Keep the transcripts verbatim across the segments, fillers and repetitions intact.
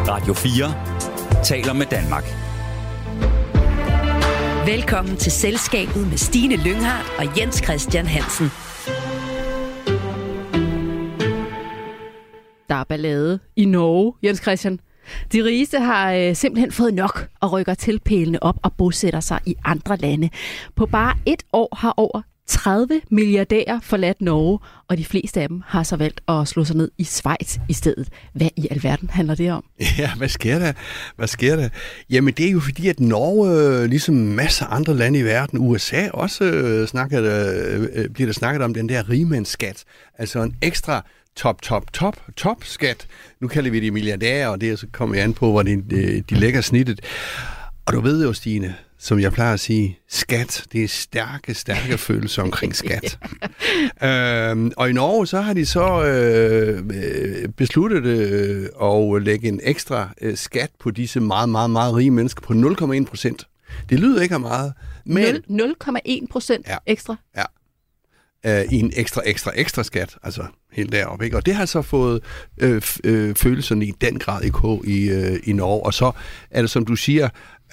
Radio fire taler med Danmark. Velkommen til Selskabet med Stine Lynghardt og Jens Christian Hansen. Der er ballade i Norge, Jens Christian. De rigeste har øh, simpelthen fået nok og rykker tilpælene op og bosætter sig i andre lande. På bare et år har over tredive milliardærer forladt Norge, og de fleste af dem har så valgt at slå sig ned i Schweiz i stedet. Hvad i alverden handler det om? Ja, hvad sker der? Hvad sker der? Jamen, det er jo fordi, at Norge, ligesom masser af andre lande i verden, U S A også, øh, snakket, øh, bliver der snakket om den der rigmandsskat. Altså en ekstra top, top, top, top skat. Nu kalder vi det milliardærer, og det er så kommer jeg an på, hvor de, de, de lægger snittet. Og du ved jo, Stine, som jeg plejer at sige, skat, det er stærke, stærke følelser omkring skat. øhm, og i Norge, så har de så øh, besluttet øh, at lægge en ekstra øh, skat på disse meget, meget, meget rige mennesker på nul komma en procent. Det lyder ikke af meget, men nul komma en procent ja, ekstra? Ja. Øh, i en ekstra, ekstra, ekstra skat, altså helt deroppe, ikke? Og det har så fået øh, øh, følelserne i den grad i k i, øh, i Norge. Og så er det, som du siger,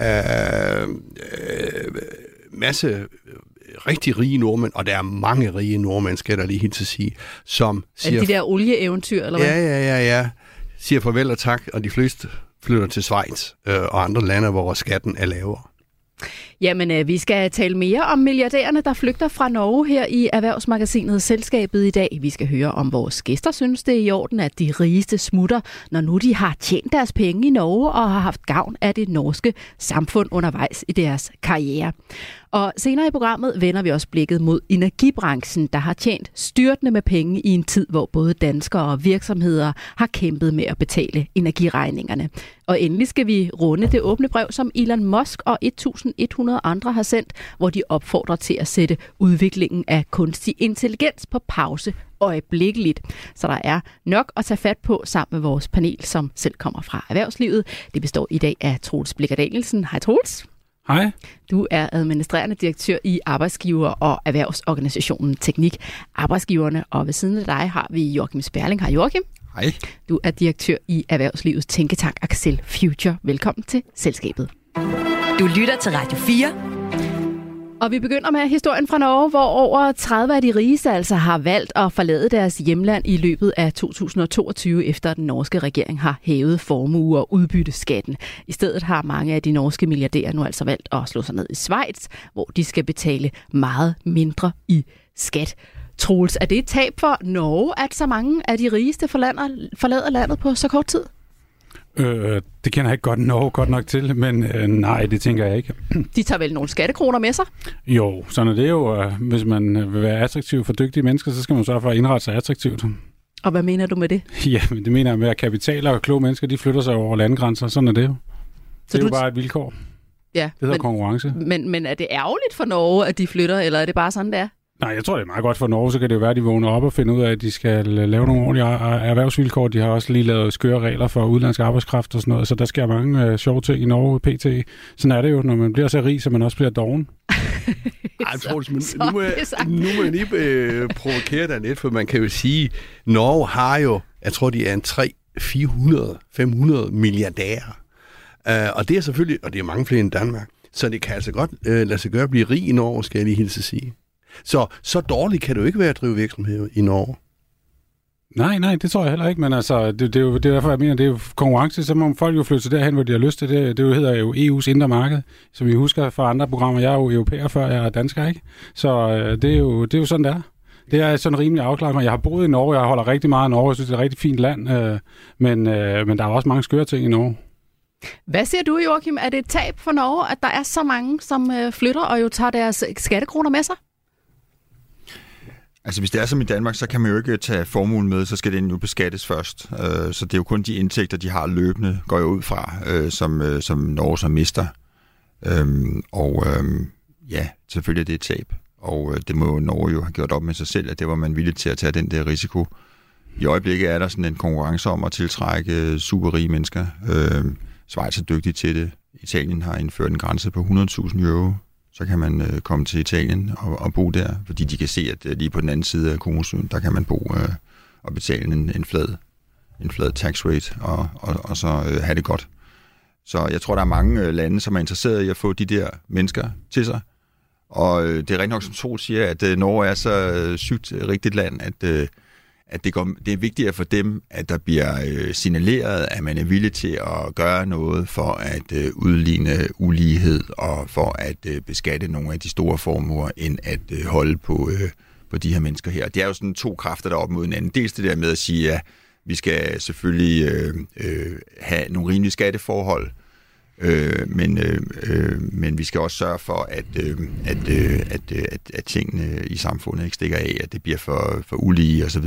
Øh, øh, masse øh, rigtig rige nordmænd, og der er mange rige nordmænd, skal der lige helt til at sige, som siger... Er de der olieeventyr, eller hvad? Ja, ja, ja, ja. Siger farvel og tak, og de fleste flytter til Schweiz øh, og andre lande, hvor skatten er lavere. Jamen, øh, vi skal tale mere om milliardærerne, der flygter fra Norge her i Erhvervsmagasinet Selskabet i dag. Vi skal høre, om vores gæster synes, det er i orden, at de rigeste smutter, når nu de har tjent deres penge i Norge og har haft gavn af det norske samfund undervejs i deres karriere. Og senere i programmet vender vi også blikket mod energibranchen, der har tjent styrtende med penge i en tid, hvor både danskere og virksomheder har kæmpet med at betale energiregningerne. Og endelig skal vi runde det åbne brev, som Elon Musk og et hundrede andre har sendt, hvor de opfordrer til at sætte udviklingen af kunstig intelligens på pause øjeblikkeligt. Så der er nok at tage fat på sammen med vores panel, som selv kommer fra erhvervslivet. Det består i dag af Troels Blicher Danielsen. Hej Troels. Hej. Du er administrerende direktør i Arbejdsgiver- og Erhvervsorganisationen Teknik Arbejdsgiverne, og ved siden af dig har vi Joachim Sperling. Hej Joachim. Hej. Du er direktør i Erhvervslivets tænketank Axel Future. Velkommen til Selskabet. Du lytter til Radio fire. Og vi begynder med historien fra Norge, hvor over tredive af de rigeste altså har valgt at forlade deres hjemland i løbet af to tusind og toogtyve, efter den norske regering har hævet formue- og udbytteskatten. I stedet har mange af de norske milliardærer nu altså valgt at slå sig ned i Schweiz, hvor de skal betale meget mindre i skat. Troels, er det et tab for Norge, at så mange af de rigeste forlader landet på så kort tid? Øh, det kender jeg ikke godt Norge godt nok til, men øh, nej, det tænker jeg ikke. De tager vel nogle skattekroner med sig? Jo, sådan er det jo. Øh, hvis man vil være attraktiv for dygtige mennesker, så skal man sørge for at indrette sig attraktivt. Og hvad mener du med det? Ja, men det mener jeg med, at kapitaler og kloge mennesker, de flytter sig over landegrænser. Sådan er det jo. Så det er du... jo bare et vilkår. Ja, det hedder men, konkurrence. Men, men er det ærgerligt for Norge, at de flytter, eller er det bare sådan, det er? Nej, jeg tror, det er meget godt for Norge. Så kan det jo være, at de vågner op og finder ud af, at de skal lave nogle ordentlige erhvervsvilkår. De har også lige lavet skøre regler for udenlandsk arbejdskraft og sådan noget. Så der sker mange øh, sjove ting i Norge, P T. Sådan er det jo, når man bliver så rig, så man også bliver doven. Ej, Troels, men nu må jeg, nu må jeg lige øh, provokere dig lidt, for man kan jo sige, Norge har jo, jeg tror, de er en tre, fire hundrede, fem hundrede milliardærer. Uh, og det er selvfølgelig, og det er mange flere end Danmark, så det kan altså godt uh, lade sig gøre at blive rig i Norge, skal jeg lige hilse at sige. Så, så dårligt kan du ikke være at drive virksomhed i Norge. Nej, nej, det tror jeg heller ikke, men altså, det, det, er, jo, det er derfor, jeg mener, det er jo konkurrence, så må folk jo flytte til derhen, hvor de har lyst til det. Det jo hedder jo E U's indre marked, som vi husker fra andre programmer. Jeg er jo europæer, før jeg er dansker, ikke? Så øh, det, er jo, det er jo sådan, det er. Det er sådan rimelig afklaret. Jeg har boet i Norge, jeg holder rigtig meget af Norge, jeg synes, det er et rigtig fint land, øh, men, øh, men der er også mange skøre ting i Norge. Hvad siger du, Joachim? Er det et tab for Norge, at der er så mange, som øh, flytter og jo tager deres skattekroner med sig? Altså hvis det er som i Danmark, så kan man jo ikke tage formuen med, så skal den jo beskattes først. Så det er jo kun de indtægter, de har løbende, går jeg ud fra, som, som Norge så mister. Og ja, selvfølgelig er det et tab. Og det må Norge jo have gjort op med sig selv, at det var man villig til at tage den der risiko. I øjeblikket er der sådan en konkurrence om at tiltrække superrige mennesker. Schweiz er dygtig til det. Italien har indført en grænse på hundrede tusind euro. Så kan man øh, komme til Italien og, og bo der, fordi de kan se, at øh, lige på den anden side af Kommunesøen, der kan man bo øh, og betale en, en flad en flad tax rate, og, og, og så øh, have det godt. Så jeg tror, der er mange øh, lande, som er interesserede i at få de der mennesker til sig. Og øh, det er rigtig nok, som Sol siger, at øh, Norge er så øh, sygt øh, rigtigt land, at, øh, at det, går, det er vigtigere for dem, at der bliver øh, signaleret, at man er villig til at gøre noget for at øh, udligne ulighed og for at øh, beskatte nogle af de store formuer, end at øh, holde på, øh, på de her mennesker her. Det er jo sådan to kræfter, der er op mod hinanden. Dels det der med at sige, at vi skal selvfølgelig øh, øh, have nogle rimelige skatteforhold, øh, men, øh, øh, men vi skal også sørge for, at, øh, at, øh, at, at, at tingene i samfundet ikke stikker af, at det bliver for, for ulige osv.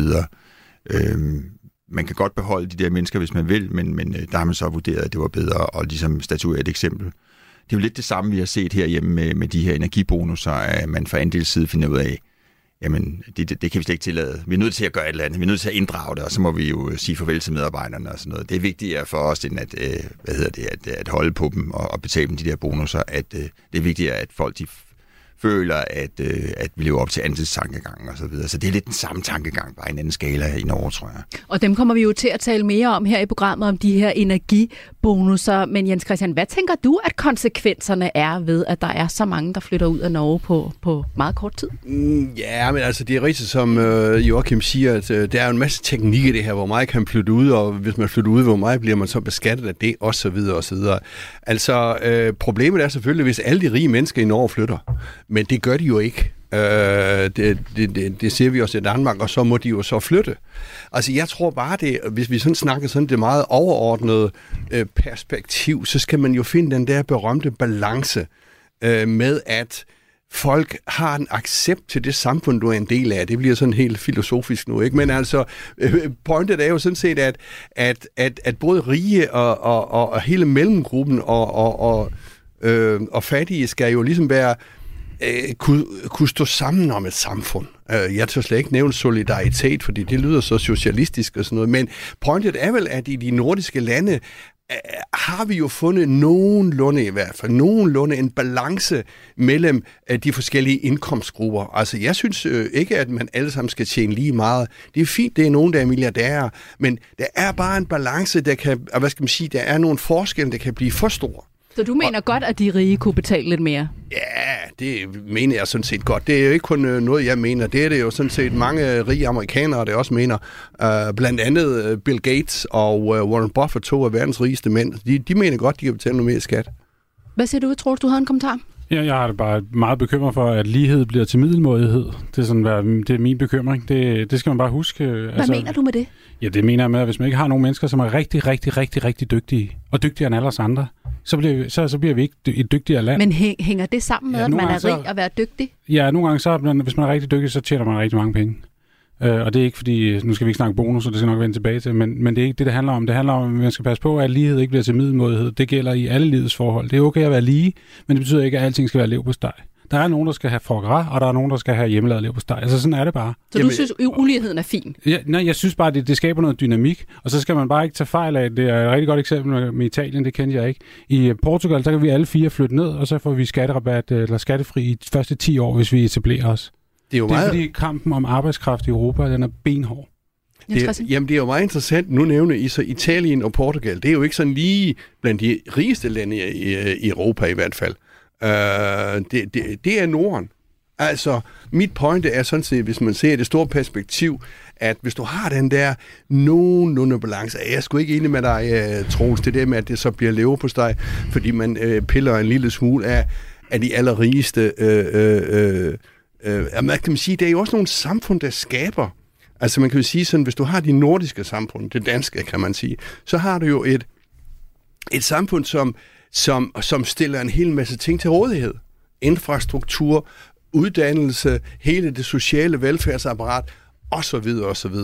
Øh, man kan godt beholde de der mennesker, hvis man vil, men, men der har man så vurderet, at det var bedre at ligesom statuere et eksempel. Det er jo lidt det samme, vi har set herhjemme med, med de her energibonusser, at man fra andels side finder ud af, jamen, det, det, det kan vi slet ikke tillade. Vi er nødt til at gøre et eller andet. Vi er nødt til at inddrage det, og så må vi jo sige farvel til medarbejderne og sådan noget. Det er vigtigere for os, end at, øh, hvad hedder det, at, at holde på dem og, og betale dem de der bonusser. At, øh, det er vigtigere, at folk de føler, at, øh, at vi lever op til andelstankegangen og så videre. Så det er lidt den samme tankegang, bare i en anden skala i Norge, tror jeg. Og dem kommer vi jo til at tale mere om her i programmet, om de her energibonusser. Men Jens Christian, hvad tænker du, at konsekvenserne er ved, at der er så mange, der flytter ud af Norge på, på meget kort tid? Mm, ja, men altså det er rigtigt, som øh, Joachim siger, at øh, der er en masse teknik i det her, hvor meget kan flytte ud, og hvis man flytter ud, hvor meget bliver man så beskattet af det, og så videre, og så videre. Altså, øh, problemet er selvfølgelig, hvis alle de rige mennesker i Norge flytter, men det gør de jo ikke. Øh, det, det, det, det ser vi også i Danmark, og så må de jo så flytte. Altså jeg tror bare, det, hvis vi sådan snakker sådan det meget overordnede øh, perspektiv, så skal man jo finde den der berømte balance øh, med, at folk har en accept til det samfund, du er en del af. Det bliver sådan helt filosofisk nu, ikke? Men altså, øh, pointet er jo sådan set, at, at, at, at både rige og, og, og, og hele mellemgruppen og, og, og, øh, og fattige skal jo ligesom være Kunne, kunne stå sammen om et samfund. Jeg tør slet ikke nævne solidaritet, fordi det lyder så socialistisk og sådan noget, men pointet er vel, at i de nordiske lande har vi jo fundet nogenlunde i hvert fald, nogenlunde en balance mellem de forskellige indkomstgrupper. Altså jeg synes ikke, at man alle sammen skal tjene lige meget. Det er fint, det er nogen, der er milliardærer, men der er bare en balance, der kan, hvad skal man sige, der er nogle forskelle, der kan blive for store. Så du mener og, godt, at de rige kunne betale lidt mere? Ja, det mener jeg sådan set godt. Det er jo ikke kun noget, jeg mener. Det er det jo sådan set mange rige amerikanere, der også mener. Uh, blandt andet Bill Gates og uh, Warren Buffett, to af verdens rigeste mænd. De, de mener godt, de kan betale noget mere skat. Hvad siger du, Troels? Du havde en kommentar? Ja, jeg har det bare meget bekymret for, at lighed bliver til middelmådighed. Det er, sådan, det er min bekymring. Det, det skal man bare huske. Hvad altså, mener du med det? Ja, det mener jeg med, at hvis man ikke har nogen mennesker, som er rigtig, rigtig, rigtig, rigtig dygtige, og dygtigere end alle os andre, så bliver, så, så bliver vi ikke et dygtigere land. Men hænger det sammen med, ja, at man er rig og være dygtig? Ja, nogle gange, så, hvis man er rigtig dygtig, så tjener man rigtig mange penge. Uh, og det er ikke fordi, nu skal vi ikke snakke bonus, så det skal nok vende tilbage til, men, men det er ikke det, det handler om. Det handler om, at man skal passe på, at lighed ikke bliver til middelmådighed. Det gælder i alle livets forhold. Det er okay at være lige, men det betyder ikke, at alting skal være leverpostej. Der er nogen, der skal have foie gras, og der er nogen, der skal have hjemmelavet leverpostej. Altså sådan er det bare. Så du synes, at uligheden er fin? Ja, nej, jeg synes bare, at det, det skaber noget dynamik, og så skal man bare ikke tage fejl af. Det er et rigtig godt eksempel med, med Italien, det kendte jeg ikke. I Portugal, der kan vi alle fire flytte ned, og så får vi skatterabat eller skattefri i de første ti år, hvis vi etablerer os. Det er jo det er meget... fordi kampen om arbejdskraft i Europa, den er benhård. Det, jamen det er jo meget interessant, nu nævner I så Italien og Portugal. Det er jo ikke sådan lige blandt de rigeste lande i, i Europa i hvert fald. Uh, det, det, det er Norden. Altså, mit pointe er sådan set, hvis man ser det store perspektiv, at hvis du har den der nogenlunde balance, jeg er sgu ikke enig med dig, Troels, det der med, at det så bliver leverpostej, fordi man uh, piller en lille smule af, af de allerrigeste. Uh, uh, uh, man kan sige, det er jo også nogle samfund, der skaber. Altså man kan jo sige sådan, hvis du har de nordiske samfund, det danske kan man sige, så har du jo et, et samfund, som Som, som stiller en hel masse ting til rådighed. Infrastruktur, uddannelse, hele det sociale velfærdsapparat, osv. osv.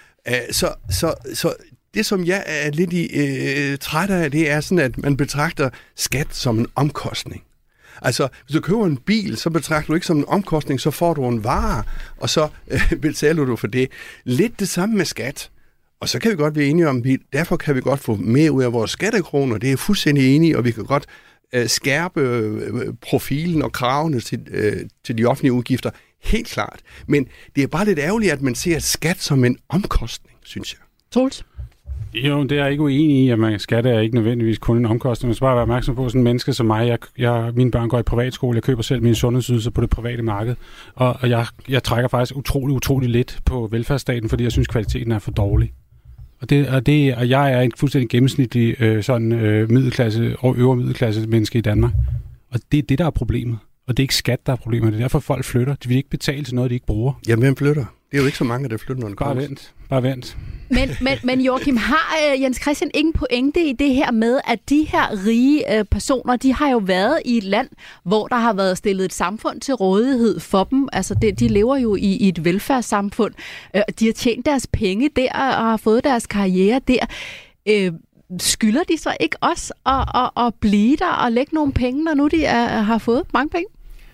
Så, så, så det, som jeg er lidt i, øh, træt af, det er sådan, at man betragter skat som en omkostning. Altså, hvis du køber en bil, så betragter du ikke som en omkostning, så får du en vare, og så øh, betaler du for det. Lidt det samme med skat. Og så kan vi godt være enige om, at derfor kan vi godt få mere ud af vores skattekroner. Det er fuldstændig enige, og vi kan godt øh, skærpe øh, profilen og kravene til, øh, til de offentlige udgifter. Helt klart. Men det er bare lidt ærgerligt, at man ser skat som en omkostning, synes jeg. Troels? Jo, det er jeg ikke uenig i, at man skat er ikke nødvendigvis kun en omkostning. Man skal bare være opmærksom på, sådan en menneske som mig. Jeg, jeg, mine børn går i privatskole, jeg køber selv mine sundhedsydelser på det private marked, og, og jeg, jeg trækker faktisk utrolig, utrolig lidt på velfærdsstaten, fordi jeg synes, kvaliteten er for dårlig. Og, det, og, det, og jeg er en fuldstændig gennemsnitlig øh, sådan, øh, middelklasse og øvre middelklasse menneske i Danmark. Og det er det, der er problemet. Og det er ikke skat, der er problemet. Det er derfor, folk flytter. De vil ikke betale til noget, de ikke bruger. Jamen, hvem flytter? Det er jo ikke så mange, der flytter, når det Bare vent. Bare vent. Men, men, men Joachim, har uh, Jens Christian ingen pointe i det her med, at de her rige uh, personer, de har jo været i et land, hvor der har været stillet et samfund til rådighed for dem. Altså, det, de lever jo i, i et velfærdssamfund. Uh, de har tjent deres penge der og har fået deres karriere der. Uh, skylder de så ikke også at, at, at blive der og lægge nogle penge, når nu de er, har fået mange penge?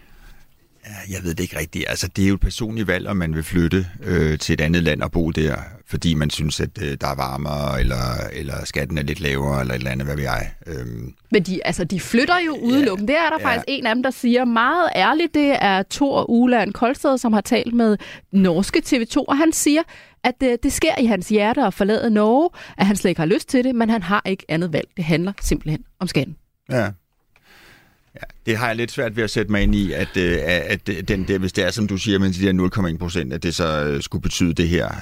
Jeg ved det ikke rigtigt. Altså, det er jo et personligt valg, om man vil flytte øh, til et andet land og bo der, fordi man synes, at øh, der er varmere, eller, eller skatten er lidt lavere, eller et eller andet, hvad ved jeg. Øhm. Men de, altså, de flytter jo udelukkende. Ja, det er der ja. faktisk en af dem, der siger meget ærligt. Det er Thor Uland Kolsted, som har talt med norske T V to, og han siger, at det, det sker i hans hjerte at forlade Norge, at han slet ikke har lyst til det, men han har ikke andet valg. Det handler simpelthen om skatten. Ja. Ja, det har jeg lidt svært ved at sætte mig ind i, at, at den der, hvis det er, som du siger, men de der nul komma en procent, at det så skulle betyde det her.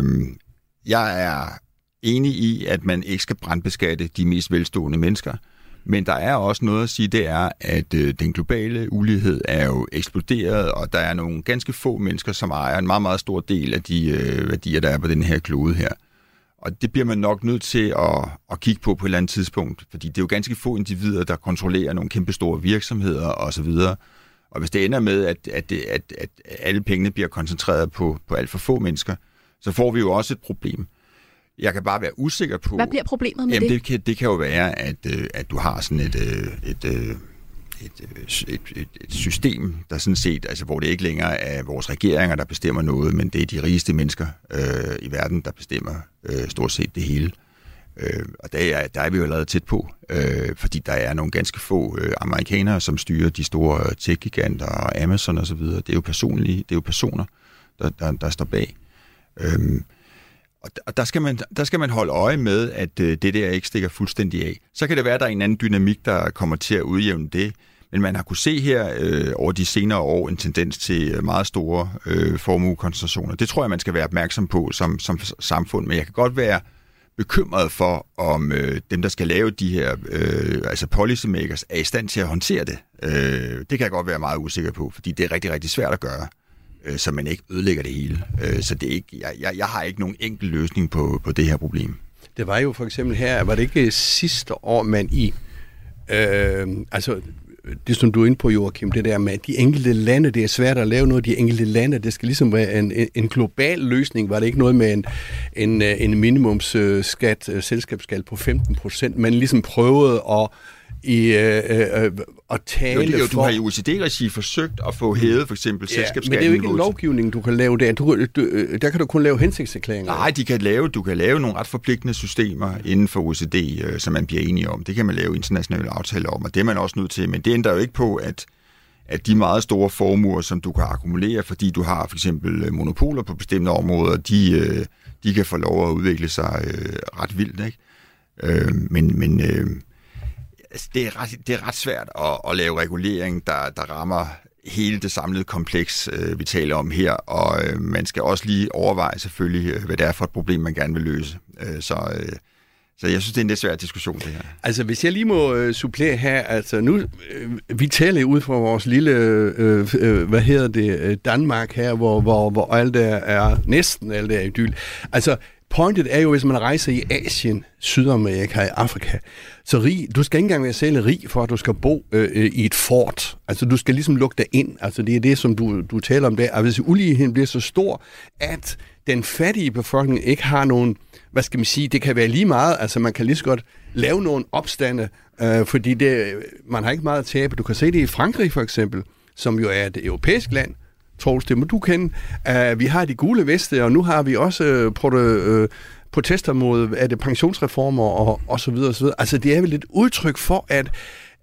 Jeg er enig i, at man ikke skal brandbeskatte de mest velstående mennesker, men der er også noget at sige, det er, at den globale ulighed er jo eksploderet, og der er nogle ganske få mennesker, som ejer en meget, meget stor del af de værdier, der er på den her klode her. Og det bliver man nok nødt til at, at kigge på på et eller andet tidspunkt, fordi det er jo ganske få individer, der kontrollerer nogle kæmpe store virksomheder osv. Og hvis det ender med, at, at, at, at alle pengene bliver koncentreret på, på alt for få mennesker, så får vi jo også et problem. Jeg kan bare være usikker på... Hvad bliver problemet med jamen, det? Det kan, det kan jo være, at, at du har sådan et... et, et Et, et, et, et system, der sådan set, altså hvor det ikke længere er vores regeringer, der bestemmer noget, men det er de rigeste mennesker øh, i verden, der bestemmer øh, stort set det hele. Øh, og der er, der er vi jo allerede tæt på, øh, fordi der er nogle ganske få øh, amerikanere, som styrer de store tech-giganter og Amazon og så videre. Det er jo personlige, det er jo personer, der, der, der står bag. Øh, Og der skal, man, der skal man holde øje med, at øh, det der ikke stikker fuldstændig af. Så kan det være, at der er en anden dynamik, der kommer til at udjævne det. Men man har kunne se her øh, over de senere år en tendens til meget store øh, formuekoncentrationer. Det tror jeg, man skal være opmærksom på som, som samfund. Men jeg kan godt være bekymret for, om øh, dem, der skal lave de her øh, altså policymakers, er i stand til at håndtere det. Øh, det kan jeg godt være meget usikker på, fordi det er rigtig, rigtig svært at gøre, så man ikke ødelægger det hele. Så det er ikke, jeg, jeg, jeg har ikke nogen enkel løsning på, på det her problem. Det var jo for eksempel her, var det ikke sidste år, man i, øh, altså det som du er inde på, Joachim, det der med de enkelte lande, det er svært at lave noget, de enkelte lande, det skal ligesom være en, en global løsning, var det ikke noget med en, en, en minimumsskat, selskabsskat på femten procent, man ligesom prøvede at i øh, øh, at tale jo, det, jo, for... Du har i O E C D-regi forsøgt at få hævet for eksempel ja, selskabsskatten. Men det er jo ikke en lovgivning, du kan lave der. Du, du, der kan du kun lave hensigtserklæringer. Nej, de kan lave, du kan lave nogle ret forpligtende systemer inden for O E C D, øh, som man bliver enige om. Det kan man lave internationale aftaler om, og det er man også nødt til. Men det ændrer jo ikke på, at, at de meget store formuer, som du kan akkumulere, fordi du har for eksempel monopoler på bestemte områder, de, øh, de kan få lov at udvikle sig øh, ret vildt, ikke? Øh, men... men øh, Det er, ret, det er ret svært at, at lave regulering, der, der rammer hele det samlede kompleks, øh, vi taler om her, og øh, man skal også lige overveje selvfølgelig, øh, hvad det er for et problem, man gerne vil løse. Øh, så, øh, så jeg synes, det er en lidt svær diskussion, det her. Altså, hvis jeg lige må øh, supplere her, altså nu, øh, vi taler ud fra vores lille, øh, øh, hvad hedder det, Danmark her, hvor, hvor, hvor alt er, er næsten alt er idyl. Altså, pointet er jo, hvis man rejser i Asien, Sydamerika og Afrika, så rig, du skal ikke engang være selv rig, for at du skal bo øh, i et fort. Altså, du skal ligesom lukke dig ind. Altså, det er det, som du, du taler om der. Og hvis uligheden bliver så stor, at den fattige befolkning ikke har nogen, hvad skal man sige, det kan være lige meget. Altså, man kan lige så godt lave nogle opstande, øh, fordi det, man har ikke meget at tabe. Du kan se det i Frankrig, for eksempel, som jo er et europæisk land. Troels, det må du kende. Uh, vi har de gule veste, og nu har vi også uh, på det, uh, protester mod er det pensionsreformer og, og så videre og så videre. Altså, det er vel et udtryk for, at,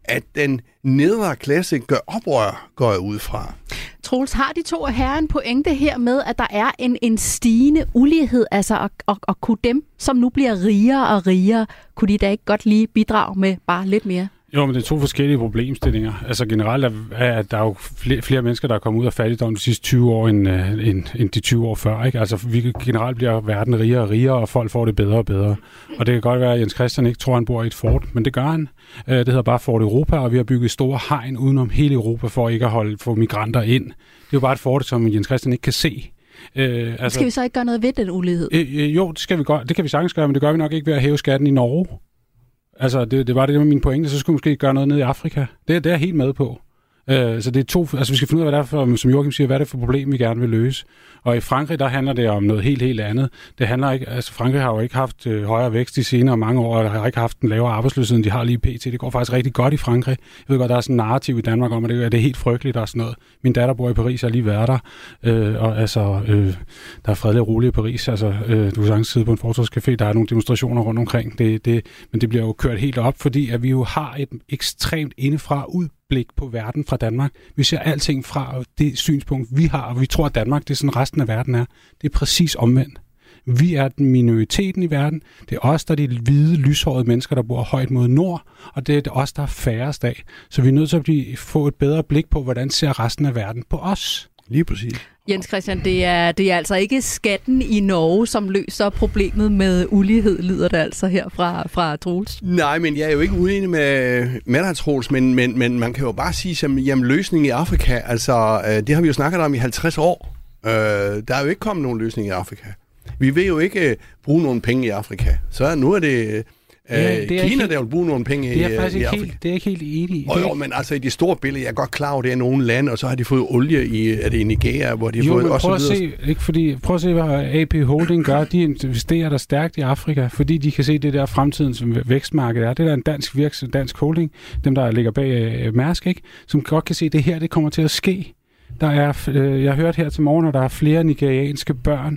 at den nedre klasse gør oprør, går jeg ud fra. Troels, har de to herrer en pointe her med, at der er en, en stigende ulighed, altså og, og, og kunne dem, som nu bliver rigere og rigere, kunne de da ikke godt lige bidrage med bare lidt mere? Jo, men det er to forskellige problemstillinger. Altså generelt er, er der jo flere, flere mennesker, der er kommet ud af fattigdom de sidste tyve år, end, end, end de tyve år før. Ikke? Altså vi, generelt bliver verden rigere og rigere, og folk får det bedre og bedre. Og det kan godt være, at Jens Christian ikke tror, han bor i et fort, men det gør han. Det hedder bare Fort Europa, og vi har bygget store hegn udenom hele Europa for ikke at holde for migranter ind. Det er jo bare et fort, som Jens Christian ikke kan se. Øh, altså, skal vi så ikke gøre noget ved den ulighed? Øh, øh, jo, det skal vi godt. Det kan vi sagtens gøre, men det gør vi nok ikke ved at hæve skatten i Norge. Altså, det, det var det med min pointe, så skulle vi måske gøre noget ned i Afrika. Det, det er jeg helt med på. Øh, så det er to, altså vi skal finde ud af, hvad det er for, som Joachim siger, hvad er det for problem, vi gerne vil løse. Og i Frankrig, der handler det om noget helt, helt andet. Det handler ikke, altså Frankrig har jo ikke haft øh, højere vækst de senere mange år, og har ikke haft en lavere arbejdsløshed, end de har lige pt. Det går faktisk rigtig godt i Frankrig. Jeg ved godt, der er sådan en narrativ i Danmark om, at det, at det er helt frygteligt og sådan noget. Min datter bor i Paris, og har lige været der. Øh, og altså, øh, der er fredeligt og roligt i Paris. Altså, øh, du kan sagtens sidde på en fortorvscafé, der er nogle demonstrationer rundt omkring. Det, det, men det bliver jo kørt helt op, fordi at vi jo har et ekstremt indefra ud blik på verden fra Danmark. Vi ser alting fra det synspunkt, vi har, og vi tror, at Danmark, det er sådan resten af verden er. Det er præcis omvendt. Vi er den minoriteten i verden. Det er os, der er de hvide, lyshårede mennesker, der bor højt mod nord, og det er os, der er færrest af. Så vi er nødt til at blive, få et bedre blik på, hvordan ser resten af verden på os. Lige præcis. Jens Christian, det er, det er altså ikke skatten i Norge, som løser problemet med ulighed, lyder det altså her fra, fra Troels. Nej, men jeg er jo ikke uenig med, med dig, Troels, men, men, men man kan jo bare sige, som jamen, løsning i Afrika, altså det har vi jo snakket om i halvtreds år. Øh, der er jo ikke kommet nogen løsning i Afrika. Vi vil jo ikke uh, bruge nogen penge i Afrika. Så nu er det... Ja, det er Kina, helt, der vil bruge nogle penge det er i, faktisk i ikke Afrika. Helt, det er ikke helt enig i. Og jo, men altså i det store billede, jeg er godt klar over, det er nogle lande, og så har de fået olie i, er det i Nigeria, hvor de har jo, fået men også prøv at se, ikke fordi, prøv at se, hvad A P Holding gør. De investerer der stærkt i Afrika, fordi de kan se det der fremtidens vækstmarked er. Det der er en dansk virksomhed, dansk holding, dem der ligger bag uh, Mærsk, ikke? Som godt kan se, at det her, det kommer til at ske. Der er, uh, jeg har hørt her til morgen, at der er flere nigerianske børn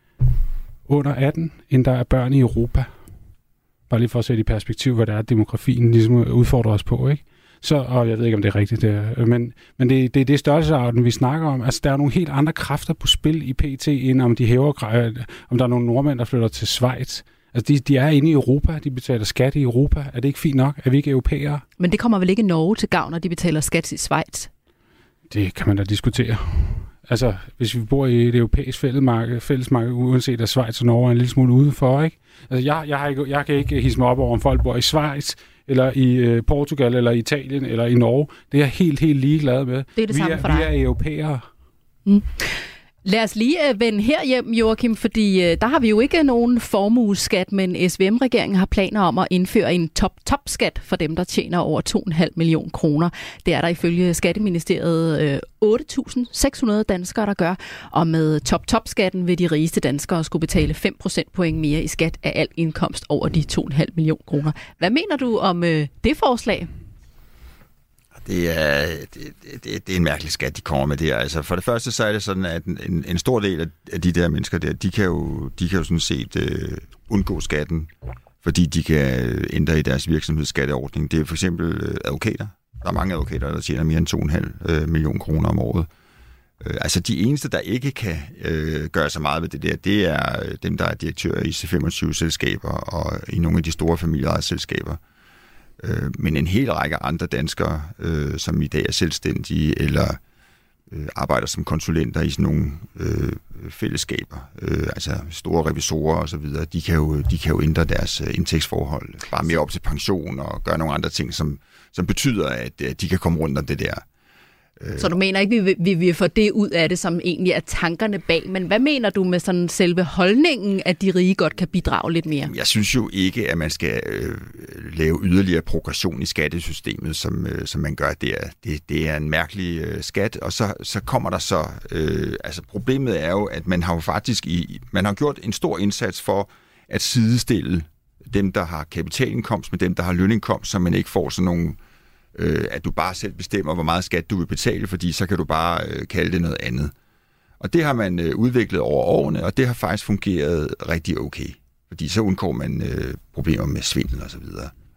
under atten, end der er børn i Europa. Bare lige for at sætte i perspektiv, hvad der er, demografien ligesom udfordrer os på, ikke? Så, og jeg ved ikke, om det er rigtigt, det er, men, men det, det er det størrelsesorden, vi snakker om. Altså, der er nogle helt andre kræfter på spil i P T, end om de hæver, om der er nogle nordmænd, der flytter til Schweiz. Altså, de, de er inde i Europa, de betaler skat i Europa. Er det ikke fint nok? Er vi ikke europæere? Men det kommer vel ikke Norge til gavn, når de betaler skat i Schweiz? Det kan man da diskutere. Altså, hvis vi bor i et europæisk fællesmarked, fællesmarked uanset at Schweiz og Norge er en lille smule udenfor, ikke? Altså, jeg, jeg, har ikke, jeg kan ikke hisse mig op over, om folk bor i Schweiz, eller i øh, Portugal, eller i Italien, eller i Norge. Det er jeg helt, helt ligeglad med. Det er det vi samme er, for dig. Vi er europæere. Mm. Lad os lige uh, vende herhjem, Joachim, fordi uh, der har vi jo ikke nogen formueskat, men S V M-regeringen har planer om at indføre en top-top-skat for dem, der tjener over to komma fem million kroner. Det er der ifølge Skatteministeriet uh, otte tusind seks hundrede danskere, der gør, og med top-top-skatten vil de rigeste danskere skulle betale fem procentpoint mere i skat af al indkomst over de to komma fem million kroner. Hvad mener du om uh, det forslag? Det er, det, det, det er en mærkelig skat, de kommer med det her. Altså, for det første så er det sådan, at en, en stor del af de der mennesker der, de kan jo, de kan jo sådan set uh, undgå skatten, fordi de kan ændre i deres virksomhedsskatteordning. Det er for eksempel uh, advokater. Der er mange advokater, der tjener mere end to komma fem uh, million kroner om året. Uh, altså de eneste, der ikke kan uh, gøre så meget ved det der, det er dem, der er direktører i C femogtyve-selskaber og i nogle af de store familieejede selskaber. Men en hel række andre danskere, øh, som i dag er selvstændige eller øh, arbejder som konsulenter i sådan nogle øh, fællesskaber, øh, altså store revisorer og så videre, de kan jo, de kan jo ændre deres indtægtsforhold, bare mere op til pension og gøre nogle andre ting, som, som betyder, at, at de kan komme rundt om det der. Så du mener ikke, vi, vi, vi får det ud af det, som egentlig er tankerne bag, men hvad mener du med sådan selve holdningen, at de rige godt kan bidrage lidt mere? Jeg synes jo ikke, at man skal øh, lave yderligere progression i skattesystemet, som, øh, som man gør der. Det, det er en mærkelig øh, skat, og så, så kommer der så... Øh, altså problemet er jo, at man har jo faktisk i, man har gjort en stor indsats for at sidestille dem, der har kapitalindkomst med dem, der har lønindkomst, så man ikke får sådan nogle... at du bare selv bestemmer, hvor meget skat du vil betale, fordi så kan du bare øh, kalde det noget andet. Og det har man øh, udviklet over årene, og det har faktisk fungeret rigtig okay. Fordi så undgår man øh, problemer med svindel og så videre.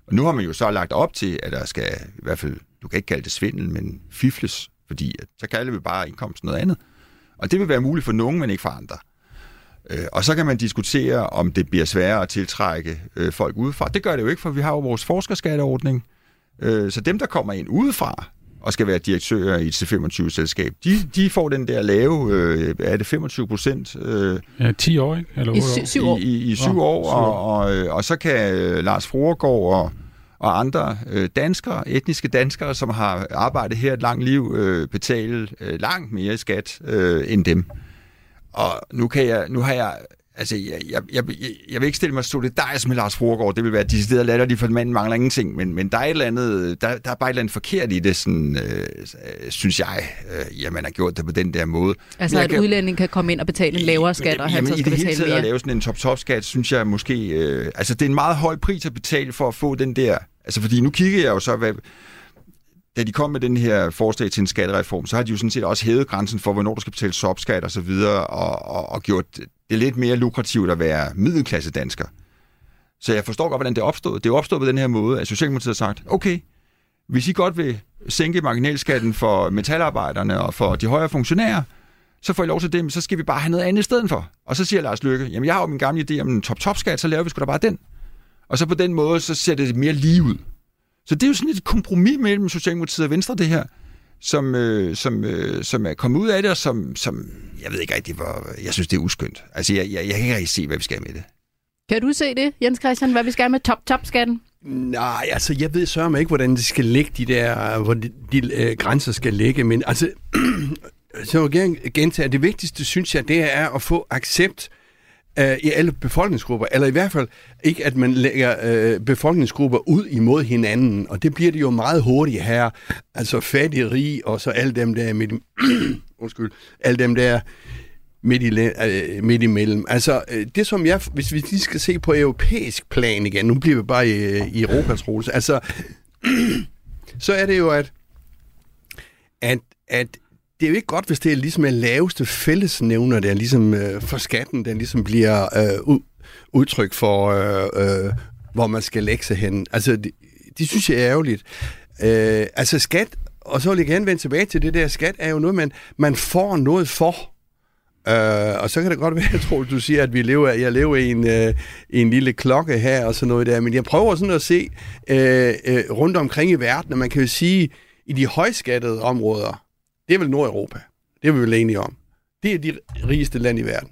Og nu har man jo så lagt op til, at der skal, i hvert fald, du kan ikke kalde det svindel, men fifles, fordi at, så kalder vi bare indkomst noget andet. Og det vil være muligt for nogen, men ikke for andre. Øh, og så kan man diskutere, om det bliver sværere at tiltrække øh, folk udefra. Det gør det jo ikke, for vi har jo vores forskerskatteordning. Øh, så dem, der kommer ind udefra og skal være direktører i et C femogtyve-selskab, de, de får den der lave, øh, er det femogtyve procent? Øh, ja, ti år, ikke? Eller I sy- syv år. I, i, i syv år, og, og, og så kan øh, Lars Fruergaard og, og andre øh, danskere, etniske danskere, som har arbejdet her et langt liv, øh, betale øh, langt mere skat øh, end dem. Og nu kan jeg, nu har jeg, altså jeg, jeg, jeg, jeg vil ikke stille mig solidarisk med Lars Fruergaard, det vil være decideret latterligt, for manden mangler ingenting, men, men der er et eller andet, der, der er bare et eller andet forkert i det, sådan, øh, synes jeg, øh, jamen har gjort det på den der måde. Altså at kan, udlænding kan komme ind og betale en lavere skat, og han så skal betale mere. I det hele taget at lave sådan en top-top-skat, synes jeg måske, øh, altså det er en meget høj pris at betale for at få den der, altså fordi nu kigger jeg jo så, hvad, da de kom med den her forslag til en skattereform, så har de jo sådan set også hævet grænsen for, hvornår du skal betale topskat og så videre, og, og, og gjort det lidt mere lukrativt at være middelklasse dansker. Så jeg forstår godt, hvordan det er opstået. Det er opstået på den her måde, at Socialdemokratiet har sagt, okay, hvis I godt vil sænke marginalskatten for metalarbejderne og for de højere funktionærer, så får I lov til det, men så skal vi bare have noget andet i stedet for. Og så siger Lars Løkke, jamen jeg har jo min gamle idé om en top-top-skat, så laver vi sgu da bare den. Og så på den måde, så ser det mere lige ud. Så det er jo sådan et kompromis mellem Socialdemokratiet og Venstre, det her, som, øh, som, øh, som er kommet ud af det, og som, som jeg ved ikke rigtig, hvor jeg synes, det er uskyndt. Altså, jeg, jeg, jeg kan ikke rigtig se, hvad vi skal med det. Kan du se det, Jens Christian, hvad vi skal med top-top-skatten? Nej, altså, jeg ved sørme ikke, hvordan det skal ligge, de der, hvor de, de øh, grænser skal ligge, men altså, så vil jeg gerne gentage, at det vigtigste, synes jeg, det er at få accept i alle befolkningsgrupper, eller i hvert fald ikke, at man lægger øh, befolkningsgrupper ud imod hinanden, og det bliver det jo meget hurtigt her, altså fattige, rige, og så alle dem der midt, undskyld, alle dem der midt, i, øh, midt imellem. Altså, øh, det som jeg, hvis vi lige skal se på europæisk plan igen, nu bliver vi bare i, i Europas rose, altså, så er det jo, at, at, at det er jo ikke godt, hvis det er ligesom en laveste fællesnævner, der ligesom øh, for skatten, der ligesom bliver øh, udtryk for, øh, øh, hvor man skal lægge sig hen. Altså, det, det synes jeg er ærgerligt. Øh, altså skat, og så vil jeg gerne vende tilbage til det der, skat er jo noget, man, man får noget for. Øh, og så kan det godt være, jeg tror, du siger, at vi lever, jeg lever i en, øh, i en lille klokke her, og sådan noget der, men jeg prøver sådan at se øh, øh, rundt omkring i verden, og man kan jo sige, i de højskattede områder, det er vel Nordeuropa. Det er vi vel enige om. Det er de rigeste lande i verden.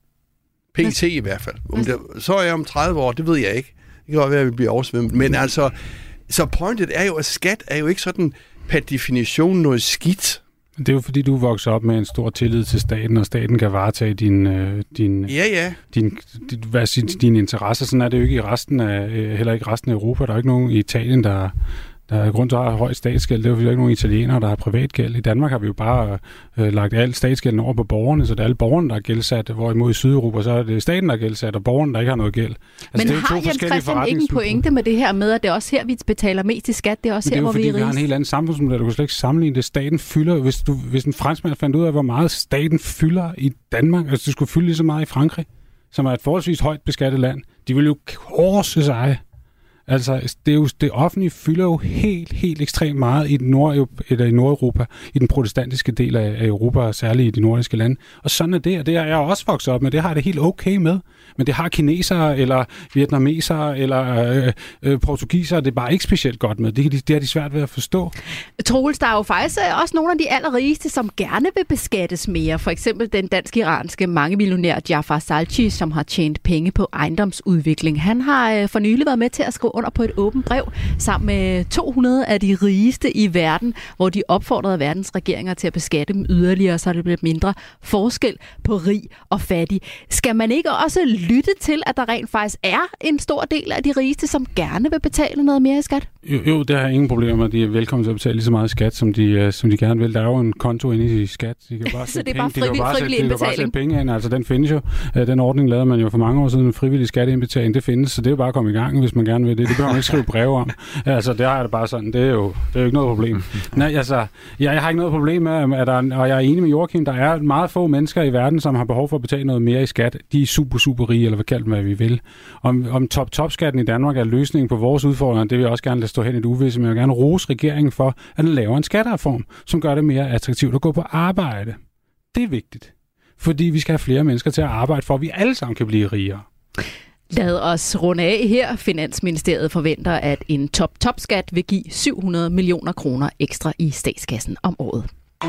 P T i hvert fald. Om det, så er jeg om tredive år, det ved jeg ikke. Det kan godt være, at vi bliver oversvømmet. Men altså, så pointet er jo, at skat er jo ikke sådan per definition noget skidt. Det er jo fordi, du vokser op med en stor tillid til staten, og staten kan varetage din, din, ja, ja. din, din, hvad siger, dine interesser. Sådan er det jo ikke i resten af, heller ikke resten af Europa. Der er ikke nogen i Italien, der Der er grund til at have høj statsgæld. Det er jo ikke nogen italienere, der har privatgæld. I Danmark har vi jo bare øh, lagt al statsgælden over på borgerne, så det er alle borgerne, der er gældsat. Hvorimod i Sydeuropa, så er det staten, der er gældsat, og borgerne, der ikke har noget gæld. Altså, men det er har Jens Christian ikke en pointe med det her med, at det er også her, vi betaler mest i skat? Det er også her, hvor vi er rigest. Det er jo fordi, vi har en helt anden samfundsmodel. Du kan slet ikke sammenligne det. Staten fylder, hvis, du, hvis en franskmand fandt ud af, hvor meget staten fylder i Danmark, altså det skulle fylde lige så meget i Frankrig, som er et forholdsvis højt beskattet land, de vil jo korse sig. Altså, det, er jo, det offentlige fylder jo helt, helt ekstremt meget i, den Nord- eller i Nordeuropa, i den protestantiske del af, af Europa, og særligt i de nordiske lande. Og sådan er det, og det er jeg også vokset op med. Det har jeg det helt okay med. Men det har kinesere, eller vietnamesere, eller øh, øh, portugisere, det er bare ikke specielt godt med. Det, det er de svært ved at forstå. Troels, der er jo faktisk også nogle af de allerrigeste, som gerne vil beskattes mere. For eksempel den dansk-iranske mangemillionær Jafar Salchi, som har tjent penge på ejendomsudvikling. Han har øh, for nylig været med til at skrive under på et åbent brev sammen med to hundrede af de rigeste i verden, hvor de opfordrede verdens regeringer til at beskatte dem yderligere, så det bliver mindre forskel på rig og fattig. Skal man ikke også lytte til, at der rent faktisk er en stor del af de rigeste, som gerne vil betale noget mere i skat? Jo, jo det har ingen problemer med. De er velkommen til at betale lige så meget skat, som de, som de gerne vil. Der er jo en konto inde i skat. De kan bare så det er penge. bare frivillig, de frivillig indbetaling? De kan bare sætte penge ind. Altså, den findes jo. Den ordning lavede man jo for mange år siden. Frivillig skatteindbetaling, det findes, så det er jo bare at komme i gang, hvis man gerne vil det. det. Det behøver man ikke skrive breve om. Altså, det har jeg da bare sådan. Det er jo, det er jo ikke noget problem. Nej, altså, jeg, jeg har ikke noget problem med, at der, og jeg er enig med Joachim, der er meget få mennesker i verden, som har behov for at betale noget mere i skat. De er super, super rige, eller hvad kaldt hvad vi vil. Om, om top-top-skatten i Danmark er løsningen på vores udfordringer, det vil jeg også gerne lade stå hen i et uvisse, men jeg vil gerne rose regeringen for, at den laver en skattereform, som gør det mere attraktivt at gå på arbejde. Det er vigtigt. Fordi vi skal have flere mennesker til at arbejde for, at vi alle sammen kan blive rigere. Lad os runde af her. Finansministeriet forventer, at en top-top-skat vil give syv hundrede millioner kroner ekstra i statskassen om året.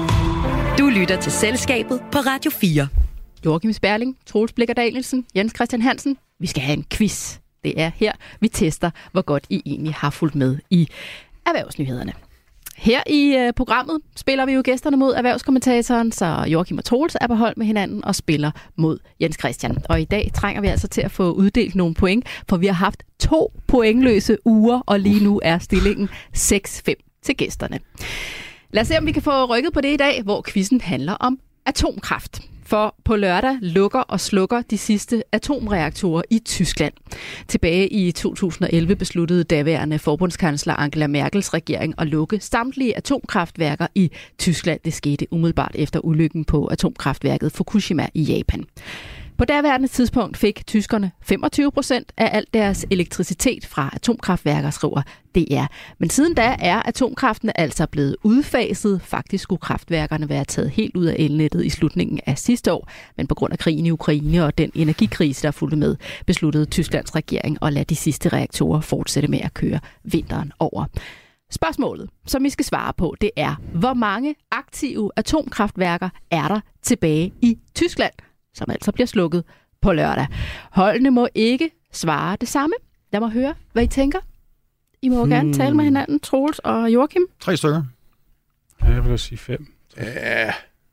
Du lytter til Selskabet på Radio fire. Joachim Sperling, Troels Blicher Danielsen, Jens Christian Hansen. Vi skal have en quiz. Det er her, vi tester, hvor godt I egentlig har fulgt med i erhvervsnyhederne. Her i øh, programmet spiller vi jo gæsterne mod erhvervskommentatoren, så Joachim og Troels er på hold med hinanden og spiller mod Jens Christian. Og i dag trænger vi altså til at få uddelt nogle point, for vi har haft to pointløse uger, og lige nu er stillingen seks fem til gæsterne. Lad os se, om vi kan få rykket på det i dag, hvor quizzen handler om atomkraft. For på lørdag lukker og slukker de sidste atomreaktorer i Tyskland. Tilbage i to tusind og elleve besluttede daværende forbundskansler Angela Merkels regering at lukke samtlige atomkraftværker i Tyskland. Det skete umiddelbart efter ulykken på atomkraftværket Fukushima i Japan. På daværende tidspunkt fik tyskerne femogtyve procent af al deres elektricitet fra atomkraftværker, skriver D R. Men siden da er atomkraften altså blevet udfaset. Faktisk skulle kraftværkerne være taget helt ud af elnettet i slutningen af sidste år. Men på grund af krigen i Ukraine og den energikrise, der fulgte med, besluttede Tysklands regering at lade de sidste reaktorer fortsætte med at køre vinteren over. Spørgsmålet, som vi skal svare på, det er, hvor mange aktive atomkraftværker er der tilbage i Tyskland, som altså bliver slukket på lørdag. Holdene må ikke svare det samme. Lad mig høre, hvad I tænker. I må hmm. gerne tale med hinanden, Troels og Joachim. Tre stykker. Ja, jeg vil sige fem. Ja.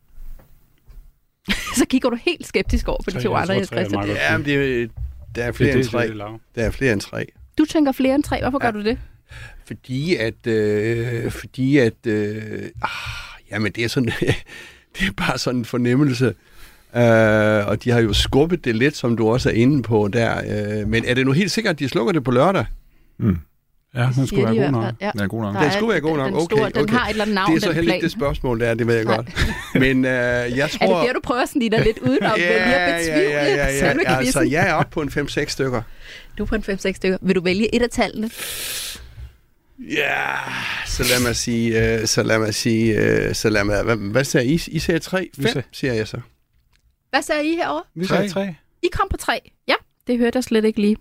Så kigger du helt skeptisk over på de to andre, Jens Christian. Ja, men det, der er flere det, end tre. Det, det der er flere end tre. Du tænker flere end tre. Hvorfor ja. gør du det? Fordi at... Øh, fordi at... Øh, ah, jamen, det er sådan... det er bare sådan en fornemmelse. Uh, og de har jo skubbet det lidt, som du også er inde på der. Uh, men er det nu helt sikkert, at de slukker det på lørdag? Mm. Ja, den skulle være god nok. Ja. Den, god nok. den skulle være god nok. Okay, okay. Den har et eller andet navn, det er så heller ikke det spørgsmål, der, det ved jeg godt. Men uh, jeg tror... Er det der, du prøver sådan lige der lidt udenom? ja, ja, ja, ja, ja, ja. Altså, jeg er oppe på en fem seks stykker. Du er på en fem seks stykker. Vil du vælge et af tallene? Ja, så lad mig sige... Uh, så lad mig sige... Uh, så lad mig... Hvad, hvad siger I? I siger tre? Fem, siger jeg så. Hvad sagde I herovre? Vi sagde tre. I kom på tre. Ja, det hørte jeg slet ikke lige.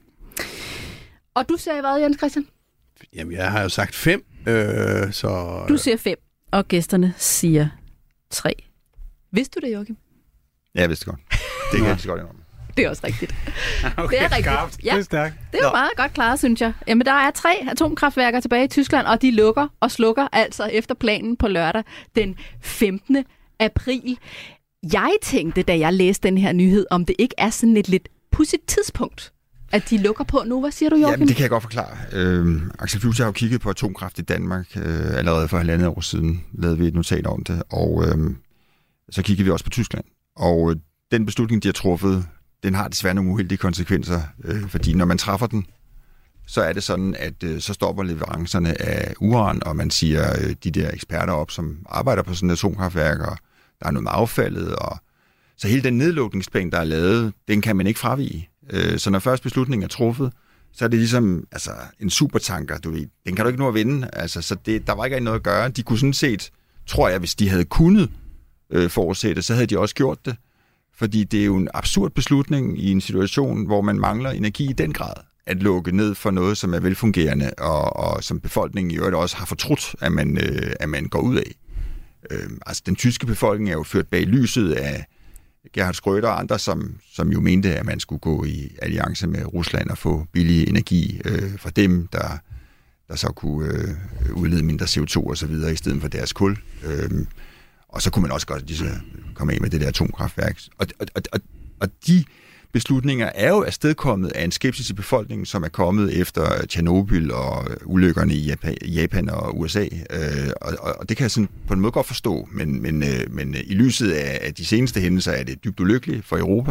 Og du sagde hvad, Jens Christian? Jamen, jeg har jo sagt fem, øh, så... Du siger fem, og gæsterne siger tre. Vidste du det, Joachim? Ja, jeg vidste det godt. Det kan jeg ikke så godt indrømme. Det er også rigtigt. Okay, det er rigtigt. Skarpt. Ja, det er stærkt. Det er jo meget godt klaret, synes jeg. Jamen, der er tre atomkraftværker tilbage i Tyskland, og de lukker og slukker altså efter planen på lørdag den femtende april. Jeg tænkte, da jeg læste den her nyhed, om det ikke er sådan et lidt pudsigt tidspunkt, at de lukker på nu. Hvad siger du, Joachim? Jamen, det kan jeg godt forklare. Øh, Axel Fuchs har jo kigget på atomkraft i Danmark øh, allerede for halvandet år siden. Lavede vi et notat om det, og øh, så kiggede vi også på Tyskland. Og øh, den beslutning, de har truffet, den har desværre nogle uheldige konsekvenser, øh, fordi når man træffer den, så er det sådan, at øh, så stopper leverancerne af uran, og man siger øh, de der eksperter op, som arbejder på sådan et atomkraftværk, og der er noget med affaldet, og så hele den nedlukningsplan, der er lavet, den kan man ikke fravige. Øh, så når først beslutningen er truffet, så er det ligesom altså, en supertanker, du ved. Den kan du ikke nå at vinde. Altså, så det, der var ikke noget at gøre. De kunne sådan set, tror jeg, hvis de havde kunnet øh, forudsætte, så havde de også gjort det. Fordi det er jo en absurd beslutning i en situation, hvor man mangler energi i den grad. At lukke ned for noget, som er velfungerende, og, og som befolkningen i øvrigt også har fortrudt, at man, øh, at man går ud af. Øh, altså, den tyske befolkning er jo ført bag lyset af Gerhard Schröder og andre, som, som jo mente, at man skulle gå i alliance med Rusland og få billig energi øh, fra dem, der, der så kunne øh, udlede mindre C O to og så videre, i stedet for deres kul. Øh, og så kunne man også godt disse, komme af med det der atomkraftværk. Og, og, og, og de beslutninger er jo afstedkommet af en skepsis i befolkningen, som er kommet efter Tjernobyl og ulykkerne i Japan og U S A. Og, og det kan jeg sådan på en måde godt forstå, men, men, men i lyset af de seneste hændelser er det dybt ulykkeligt for Europa,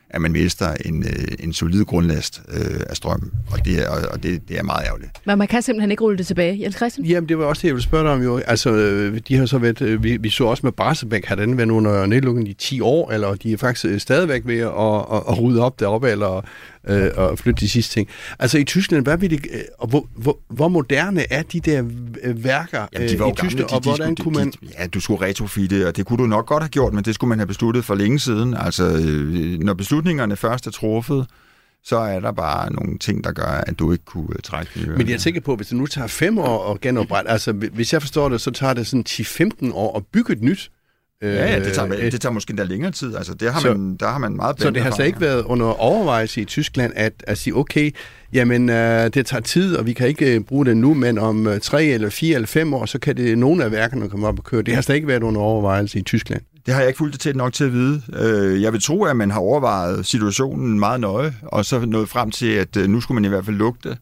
at man mister en, en solid grundlast øh, af strøm, og, det er, og det, det er meget ærgerligt. Men man kan simpelthen ikke rulle det tilbage, Jens Christian? Jamen, det var også det, jeg ville spørge dig om jo. Altså, de har så været, vi, vi så også med Barsebäck, har den været under nedlukningen i ti år, eller de er faktisk stadigvæk ved at, at, at rydde op deroppe, eller øh, at flytte de sidste ting. Altså i Tyskland, hvad vil det, og hvor, hvor, hvor moderne er de der værker Jamen, de var i Tyskland, og hvordan de, kunne man... De, ja, du skulle retrofitte, og det kunne du nok godt have gjort, men det skulle man have besluttet for længe siden. Altså, når beslutningerne først er truffet, så er der bare nogle ting, der gør, at du ikke kunne trække det. Men jeg er sikker på, at hvis det nu tager fem år at genoprette, altså hvis jeg forstår det, så tager det sådan ti til femten år at bygge et nyt. Ja, ja det, tager, det tager måske endda længere tid. Altså, det har man, så, der har man meget Så det har så ikke været under overvejelse i Tyskland at, at sige, okay, jamen øh, det tager tid, og vi kan ikke øh, bruge det nu, men om øh, tre eller fire eller fem år, så kan det nogle af værkerne komme op og køre. Det har så ikke været under overvejelse i Tyskland. Det har jeg ikke fulgt det tæt nok til at vide. Jeg vil tro, at man har overvejet situationen meget nøje, og så nået frem til, at nu skulle man i hvert fald lukke det,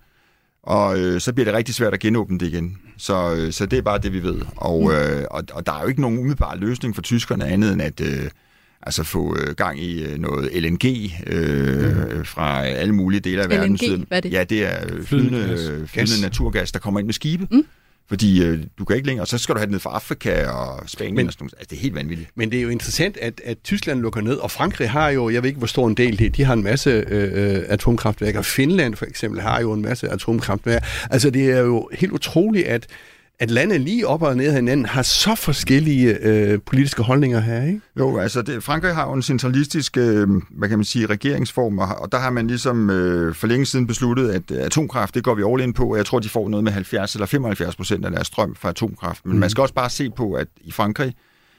og så bliver det rigtig svært at genåbne det igen. Så, så det er bare det, vi ved. Og, mm. og, og der er jo ikke nogen umiddelbar løsning for tyskerne andet end at øh, altså få gang i noget L N G øh, mm. fra alle mulige dele af verden. L N G, hvad er det? Ja, det er flydende, flydende naturgas, der kommer ind med skibe. Mm. Fordi øh, du kan ikke længere, og så skal du have det ned fra Afrika og Spanien men, og sådan noget. Altså, det er helt vanvittigt. Men det er jo interessant, at, at Tyskland lukker ned, og Frankrig har jo, jeg ved ikke, hvor stor en del det er, de har en masse øh, atomkraftværker. Finland for eksempel har jo en masse atomkraftværker. Altså, det er jo helt utroligt, at at lande lige op og ned af hinanden har så forskellige øh, politiske holdninger her, ikke? Jo, altså det, Frankrig har jo en centralistisk, øh, hvad kan man sige, regeringsform, og, og der har man ligesom øh, for længe siden besluttet, at atomkraft, det går vi all in på, og jeg tror, de får noget med halvfjerds eller femoghalvfjerds procent af deres strøm fra atomkraft. Men mm. man skal også bare se på, at i Frankrig,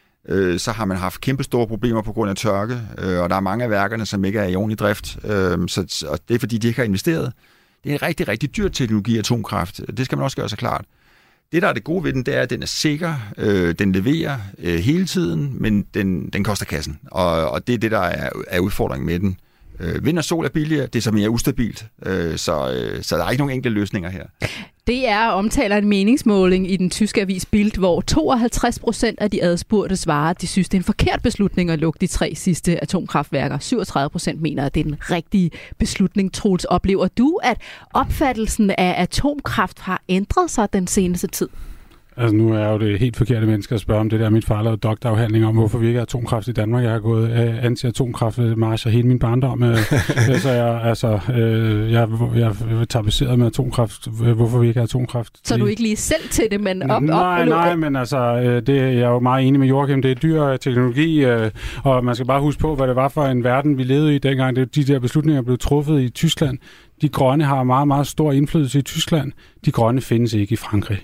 øh, så har man haft kæmpe store problemer på grund af tørke, øh, og der er mange af værkerne, som ikke er i ordentlig drift, øh, så, og det er fordi, de ikke har investeret. Det er en rigtig, rigtig dyr teknologi, atomkraft. Det skal man også gøre sig klart. Det, der er det gode ved den, det er, at den er sikker, øh, den leverer øh, hele tiden, men den, den koster kassen. Og, og det er det, der er, er udfordringen med den. Øh, vind og sol er billigere, det er så mere ustabilt, øh, så, øh, så der er ikke nogen enkle løsninger her. Det er omtaler en meningsmåling i den tyske avis Bild, hvor tooghalvtreds procent af de adspurgte svarer, at de synes, det er en forkert beslutning at lukke de tre sidste atomkraftværker. syvogtredive procent mener, at det er den rigtige beslutning. Troels, oplever du, at opfattelsen af atomkraft har ændret sig den seneste tid? Altså nu er jeg jo det helt forkerte menneske at spørge om det der. Mit far lavede doktorafhandling om, hvorfor vi ikke har atomkraft i Danmark. Jeg har gået øh, anti-atomkraft marcher hele min barndom. Øh, så jeg, altså, øh, jeg, jeg er tapetseret med atomkraft. Hvorfor vi ikke har atomkraft. Så er du ikke lige selv til det, men op, nej, op nej, men altså, øh, det, jeg er jo meget enig med Joachim. Det er dyr teknologi, øh, og man skal bare huske på, hvad det var for en verden, vi levede i dengang. Det, de der beslutninger blev truffet i Tyskland. De grønne har meget, meget stor indflydelse i Tyskland. De grønne findes ikke i Frankrig.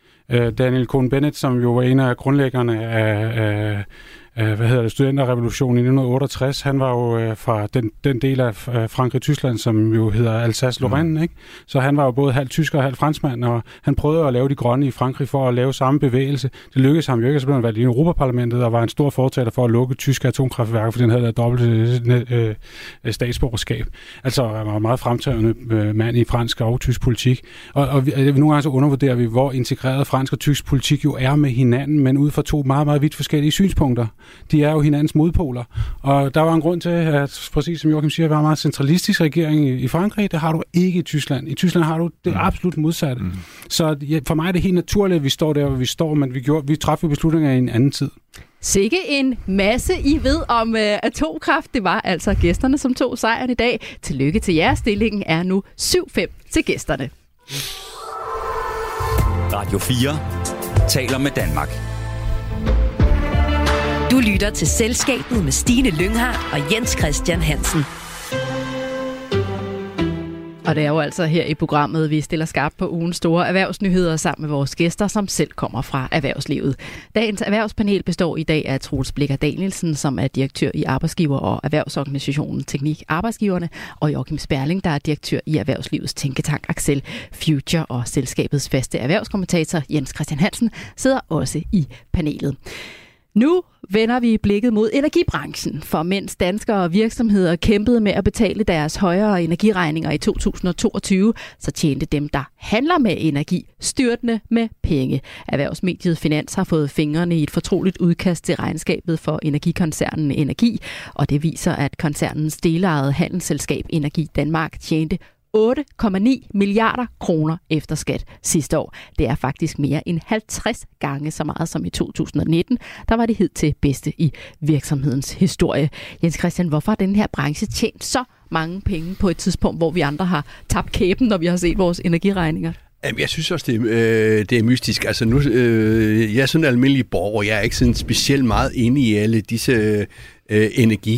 Daniel Cohn-Bendit, som jo var en af grundlæggerne af, af, af hvad hedder det, studenterrevolutionen i nitten otteogtres, han var jo fra den, den del af Frankrig-Tyskland, som jo hedder Alsace-Lorraine, mm. ikke? Så han var jo både halvt tysker og halvt franskmand, og han prøvede at lave de grønne i Frankrig for at lave samme bevægelse. Det lykkedes ham jo ikke, og så blev han valgt i Europaparlamentet og var en stor fortaler for at lukke tyske atomkraftværker, fordi han havde et dobbelt øh, statsborgerskab. Altså han var en meget fremtrædende øh, mand i fransk og tysk politik. Og, og vi, nogle gange så undervurderer vi, hvor integreret fransk og tysk politik jo er med hinanden, men ud fra to meget, meget vidt forskellige synspunkter. De er jo hinandens modpoler. Og der var en grund til, at præcis som Joachim siger, var en meget centralistisk regering i Frankrig. Det har du ikke i Tyskland. I Tyskland har du det mm. absolut modsatte. Mm. Så ja, for mig er det helt naturligt, at vi står der, hvor vi står, men vi, gjorde, vi træffede beslutninger i en anden tid. Sikke en masse, I ved om uh, atomkraft. Det var altså gæsterne, som tog sejren i dag. Tillykke til jer. Stillingen er nu syv fem til gæsterne. Radio fire taler med Danmark. Du lytter til Selskabet med Stine Lynghardt og Jens Christian Hansen. Og det er jo altså her i programmet, vi stiller skarpt på ugens store erhvervsnyheder sammen med vores gæster, som selv kommer fra erhvervslivet. Dagens erhvervspanel består i dag af Troels Blicher Danielsen, som er direktør i Arbejdsgiver- og Erhvervsorganisationen Teknik Arbejdsgiverne, og Joachim Sperling, der er direktør i Erhvervslivets tænketank Axel Future, og selskabets faste erhvervskommentator Jens Christian Hansen sidder også i panelet. Nu vender vi blikket mod energibranchen, for mens danskere og virksomheder kæmpede med at betale deres højere energiregninger i to tusind og toogtyve, så tjente dem, der handler med energi, styrtende med penge. Erhvervsmediet Finans har fået fingrene i et fortroligt udkast til regnskabet for energikoncernen Energi, og det viser, at koncernens delejede handelsselskab Energi Danmark tjente otte komma ni milliarder kroner efter skat sidste år. Det er faktisk mere end halvtreds gange så meget som i to tusind nitten. Der var det hidtil bedste i virksomhedens historie. Jens Christian, hvorfor har den her branche tjent så mange penge på et tidspunkt, hvor vi andre har tabt kæben, når vi har set vores energiregninger? Jeg synes også, det er, øh, det er mystisk. Altså nu, øh, jeg er sådan en almindelig borger. Jeg er ikke sådan specielt meget inde i alle disse øh,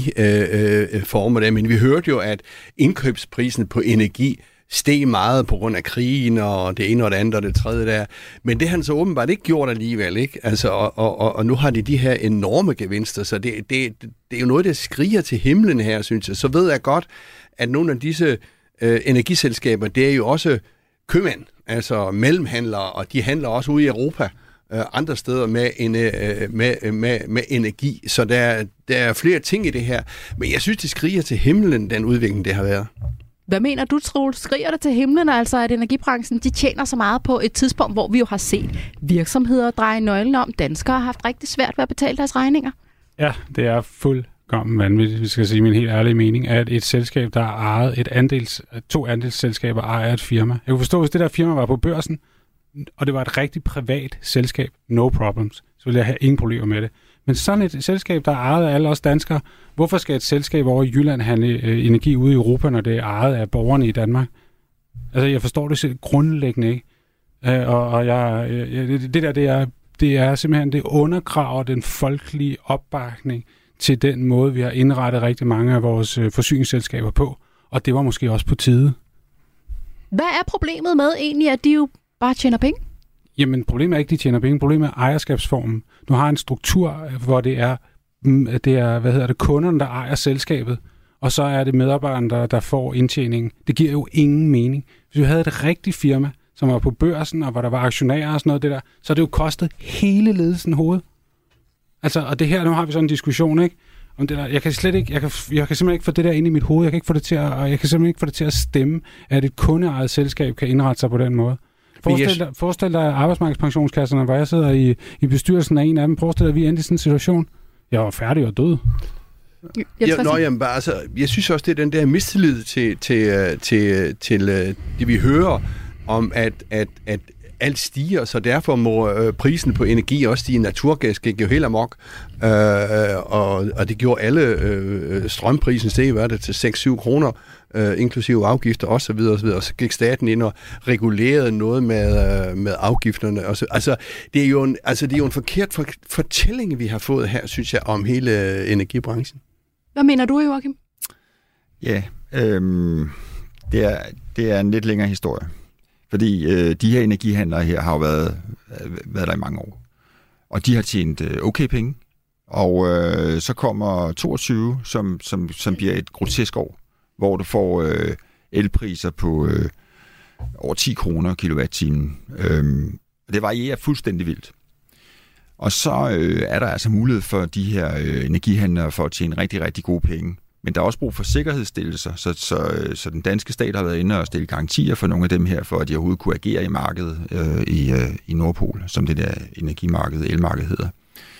energiformer øh, der, men vi hørte jo, at indkøbsprisen på energi steg meget på grund af krigen og det ene og det andet og det tredje der. Men det har han så åbenbart ikke gjort alligevel, ikke? Altså, og, og, og nu har de de her enorme gevinster, så det, det, det er jo noget, der skriger til himlen her, synes jeg. Så ved jeg godt, at nogle af disse øh, energiselskaber, det er jo også købmænd, altså mellemhandlere, og de handler også ude i Europa, øh, andre steder med, en, øh, med, med, med energi. Så der, der er flere ting i det her. Men jeg synes, det skriger til himlen, den udvikling, det har været. Hvad mener du, Troels? Skriger det til himlen, altså at energibranchen de tjener så meget på et tidspunkt, hvor vi jo har set virksomheder dreje nøglen om? Danskere har haft rigtig svært ved at betale deres regninger. Ja, det er fuldkommen vanvittigt, vi skal sige min helt ærlige mening, at et selskab, der har ejet et andels, to andelsselskaber, ejer et firma. Jeg kunne forstå, hvis det der firma var på børsen, og det var et rigtig privat selskab, no problems, så ville jeg have ingen problemer med det. Men sådan et selskab, der er ejet af alle os danskere, hvorfor skal et selskab over i Jylland handle øh, energi ude i Europa, når det er ejet af borgerne i Danmark? Altså, jeg forstår det selv grundlæggende ikke. Øh, og og jeg, jeg, det, det der, det er, det er simpelthen, det undergraver den folkelige opbakning til den måde, vi har indrettet rigtig mange af vores øh, forsyningsselskaber på. Og det var måske også på tide. Hvad er problemet med egentlig, at de jo bare tjener penge? Jamen, problemet er ikke, de tjener penge. Problemet er ejerskabsformen. Du har en struktur, hvor det er, det er hvad hedder det, kunderne, der ejer selskabet, og så er det medarbejderne, der, der får indtjeningen. Det giver jo ingen mening. Hvis vi havde et rigtigt firma, som var på børsen, og hvor der var aktionærer og sådan noget, det der, så er det jo kostet hele ledelsen hoved. Altså, og det her, nu har vi sådan en diskussion, ikke? Om det der, jeg kan slet ikke, jeg kan, jeg kan simpelthen ikke få det der ind i mit hoved. Jeg kan ikke få det til at, og jeg kan simpelthen ikke få det til at stemme, at et kundeejet selskab kan indrette sig på den måde. Forestil dig, forestil dig arbejdsmarkedspensionskasserne, hvor jeg sidder i, i bestyrelsen af en af dem. Forestil dig, at vi endte i sådan en situation. Jeg var færdig og død. Jeg, jeg, nå, jamen, bare, altså, jeg synes også, det er den der mistillid til, til, til, til det, vi hører om, at, at, at alt stiger, så derfor må øh, prisen på energi også stige. Naturgas gik jo helt amok, øh, og, og det gjorde alle øh, strømprisen steg, hvad det, til seks syv kroner, øh, inklusive afgifter osv. Og, og så gik staten ind og regulerede noget med, øh, med afgifterne. Og så, altså, det er jo en, altså, det er jo en forkert for, fortælling, vi har fået her, synes jeg, om hele energibranchen. Hvad mener du, Joachim? Ja, øhm, det, er, det er en lidt længere historie. Fordi øh, de her energihandlere her har jo været, været der i mange år. Og de har tjent øh, okay penge. Og øh, så kommer toogtyve, som, som, som bliver et grotesk år, hvor du får øh, elpriser på øh, over ti kroner kilowatt-timen. Øhm, det varierer fuldstændig vildt. Og så øh, er der altså mulighed for de her øh, energihandlere for at tjene rigtig, rigtig gode penge. Men der er også brug for sikkerhedsstillelser, så, så, så den danske stat har været inde og stille garantier for nogle af dem her, for at de overhovedet kunne agere i markedet øh, i, øh, i Nordpol, som det der energimarked, elmarked hedder.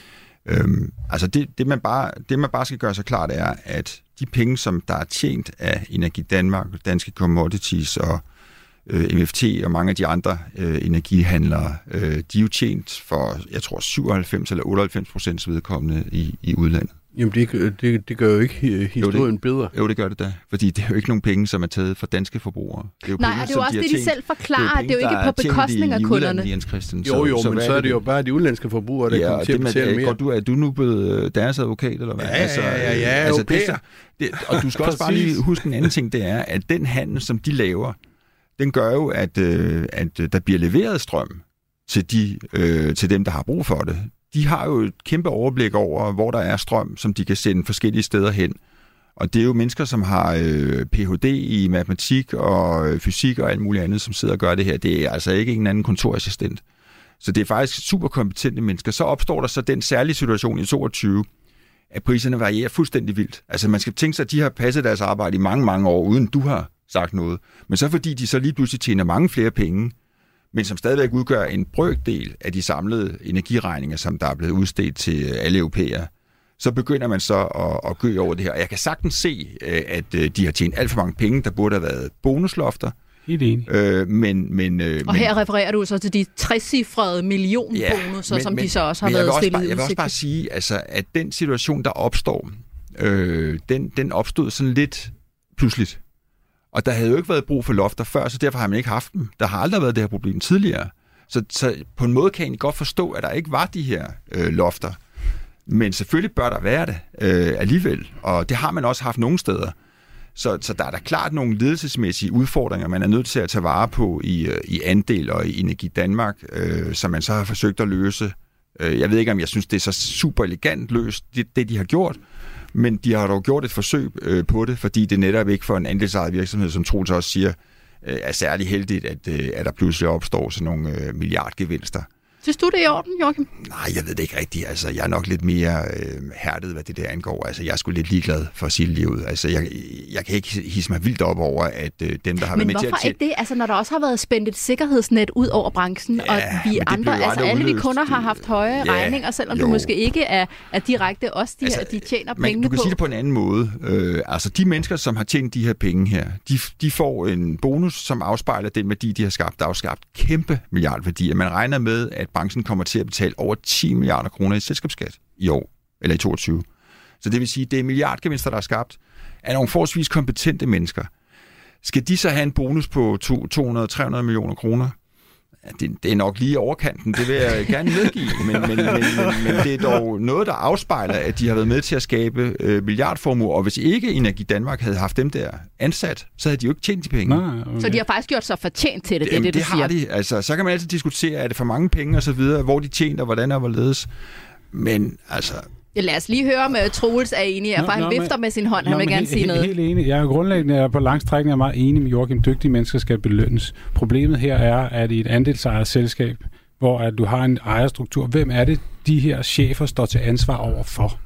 Øhm, altså det, det, man bare, det, man bare skal gøre sig klart, er, at de penge, som der er tjent af Energi Danmark, Danske Commodities og øh, M F T og mange af de andre øh, energihandlere, øh, de er jo tjent for, jeg tror, syvoghalvfems eller otteoghalvfems procent vedkommende i, i udlandet. Jamen, det, det, det gør jo ikke historien jo, det, bedre. Jo, det gør det da. Fordi det er jo ikke nogen penge, som er taget fra danske forbrugere. Det er jo Nej, penge, det er jo også de det, tjent, de selv forklarer. Det er jo, penge, ikke på bekostning af kunderne. Jens Christian. Jo, jo, så, men så, så er det, det jo bare de udenlandske forbrugere, der ja, kommer til at betale mere. Går du, er du nu blevet deres advokat, eller hvad? Ja, altså, ja, ja, ja, altså, det, det, Og du skal også bare lige huske en anden ting, det er, at den handel, som de laver, den gør jo, at, øh, at der bliver leveret strøm til, de, øh, til dem, der har brug for det. De har jo et kæmpe overblik over, hvor der er strøm, som de kan sende forskellige steder hen. Og det er jo mennesker, som har øh, P H D i matematik og øh, fysik og alt muligt andet, som sidder og gør det her. Det er altså ikke en anden kontorassistent. Så det er faktisk super kompetente mennesker. Så opstår der så den særlige situation i toogtyve, at priserne varierer fuldstændig vildt. Altså man skal tænke sig, at de har passet deres arbejde i mange, mange år, uden du har sagt noget. Men så fordi de så lige pludselig tjener mange flere penge, men som stadigvæk udgør en brøkdel af de samlede energiregninger, som der er blevet udstedt til alle europæere, så begynder man så at, at gø over det her. Og jeg kan sagtens se, at de har tjent alt for mange penge. Der burde have været bonuslofter. Helt enig. Øh, men, men, øh, og her refererer du så til de trecifrede millionbonusser, ja, som men, de så også har været stillet bare, i udsigt. Jeg vil også bare sige, altså, at den situation, der opstår, øh, den, den opstod sådan lidt pludseligt. Og der havde jo ikke været brug for lofter før, så derfor har man ikke haft dem. Der har aldrig været det her problem tidligere. Så, så på en måde kan jeg godt forstå, at der ikke var de her øh, lofter. Men selvfølgelig bør der være det øh, alligevel, og det har man også haft nogle steder. Så, så der er da klart nogle ledelsesmæssige udfordringer, man er nødt til at tage vare på i, i Andel og i Energi Danmark, øh, som man så har forsøgt at løse. Jeg ved ikke, om jeg synes, det er så super elegant løst, det, det de har gjort, men de har dog gjort et forsøg øh, på det, fordi det netop ikke for en andelsejet virksomhed, som Troels også siger, øh, er særlig heldigt, at, øh, at der pludselig opstår sådan nogle øh, milliardgevinster. Synes du det er i orden, Joachim? Nej, jeg ved det ikke rigtigt. Altså, jeg er nok lidt mere øh, hærdet, hvad det der angår. Altså, jeg er sgu lidt ligeglad for at sige livet. Altså, jeg, jeg kan ikke hisse mig vildt op over, at øh, dem, der har Men været med til at... Men hvorfor ikke det? Altså, når der også har været spændt et sikkerhedsnet ud over branchen, ja, og vi andre, altså alle vi kunder har haft høje ja, regninger, selvom jo. du måske ikke er, er direkte også de, altså, her, de tjener man, pengene på. Du kan på. sige det på en anden måde. Øh, altså, de mennesker, som har tjent de her penge her, de, de får en bonus, som afspejler den værdi, de har skabt. Der er jo skabt kæmpe milliardværdier. Man regner med, at branchen kommer til at betale over ti milliarder kroner i selskabsskat i år, eller i toogtyve. Så det vil sige, at det er milliardgevinster, der er skabt af nogle forholdsvis kompetente mennesker. Skal de så have en bonus på to hundrede til tre hundrede millioner kroner? Det, det er nok lige overkanten, det vil jeg gerne medgive, men, men, men, men, men det er dog noget, der afspejler, at de har været med til at skabe øh, milliardformuer, og hvis ikke Energi Danmark havde haft dem der ansat, så havde de jo ikke tjent de penge. Nej, okay. Så de har faktisk gjort sig fortjent til det, det Jamen, er det, du det siger. har de. Altså, så kan man altid diskutere, er det for mange penge og så videre, hvor de tjener, hvordan og hvorledes. Men altså... Ja, lad os lige høre, om uh, Troels er enig, for han vifter men, med sin hånd, han vil gerne helt, sige noget. Helt enig. Jeg er grundlæggende jeg er på langstrækning, jeg er meget enig med Joachim. Dygtige mennesker skal belønnes. Problemet her er, at i et andelsejet selskab, hvor at du har en ejerstruktur, hvem er det, de her chefer står til ansvar over for?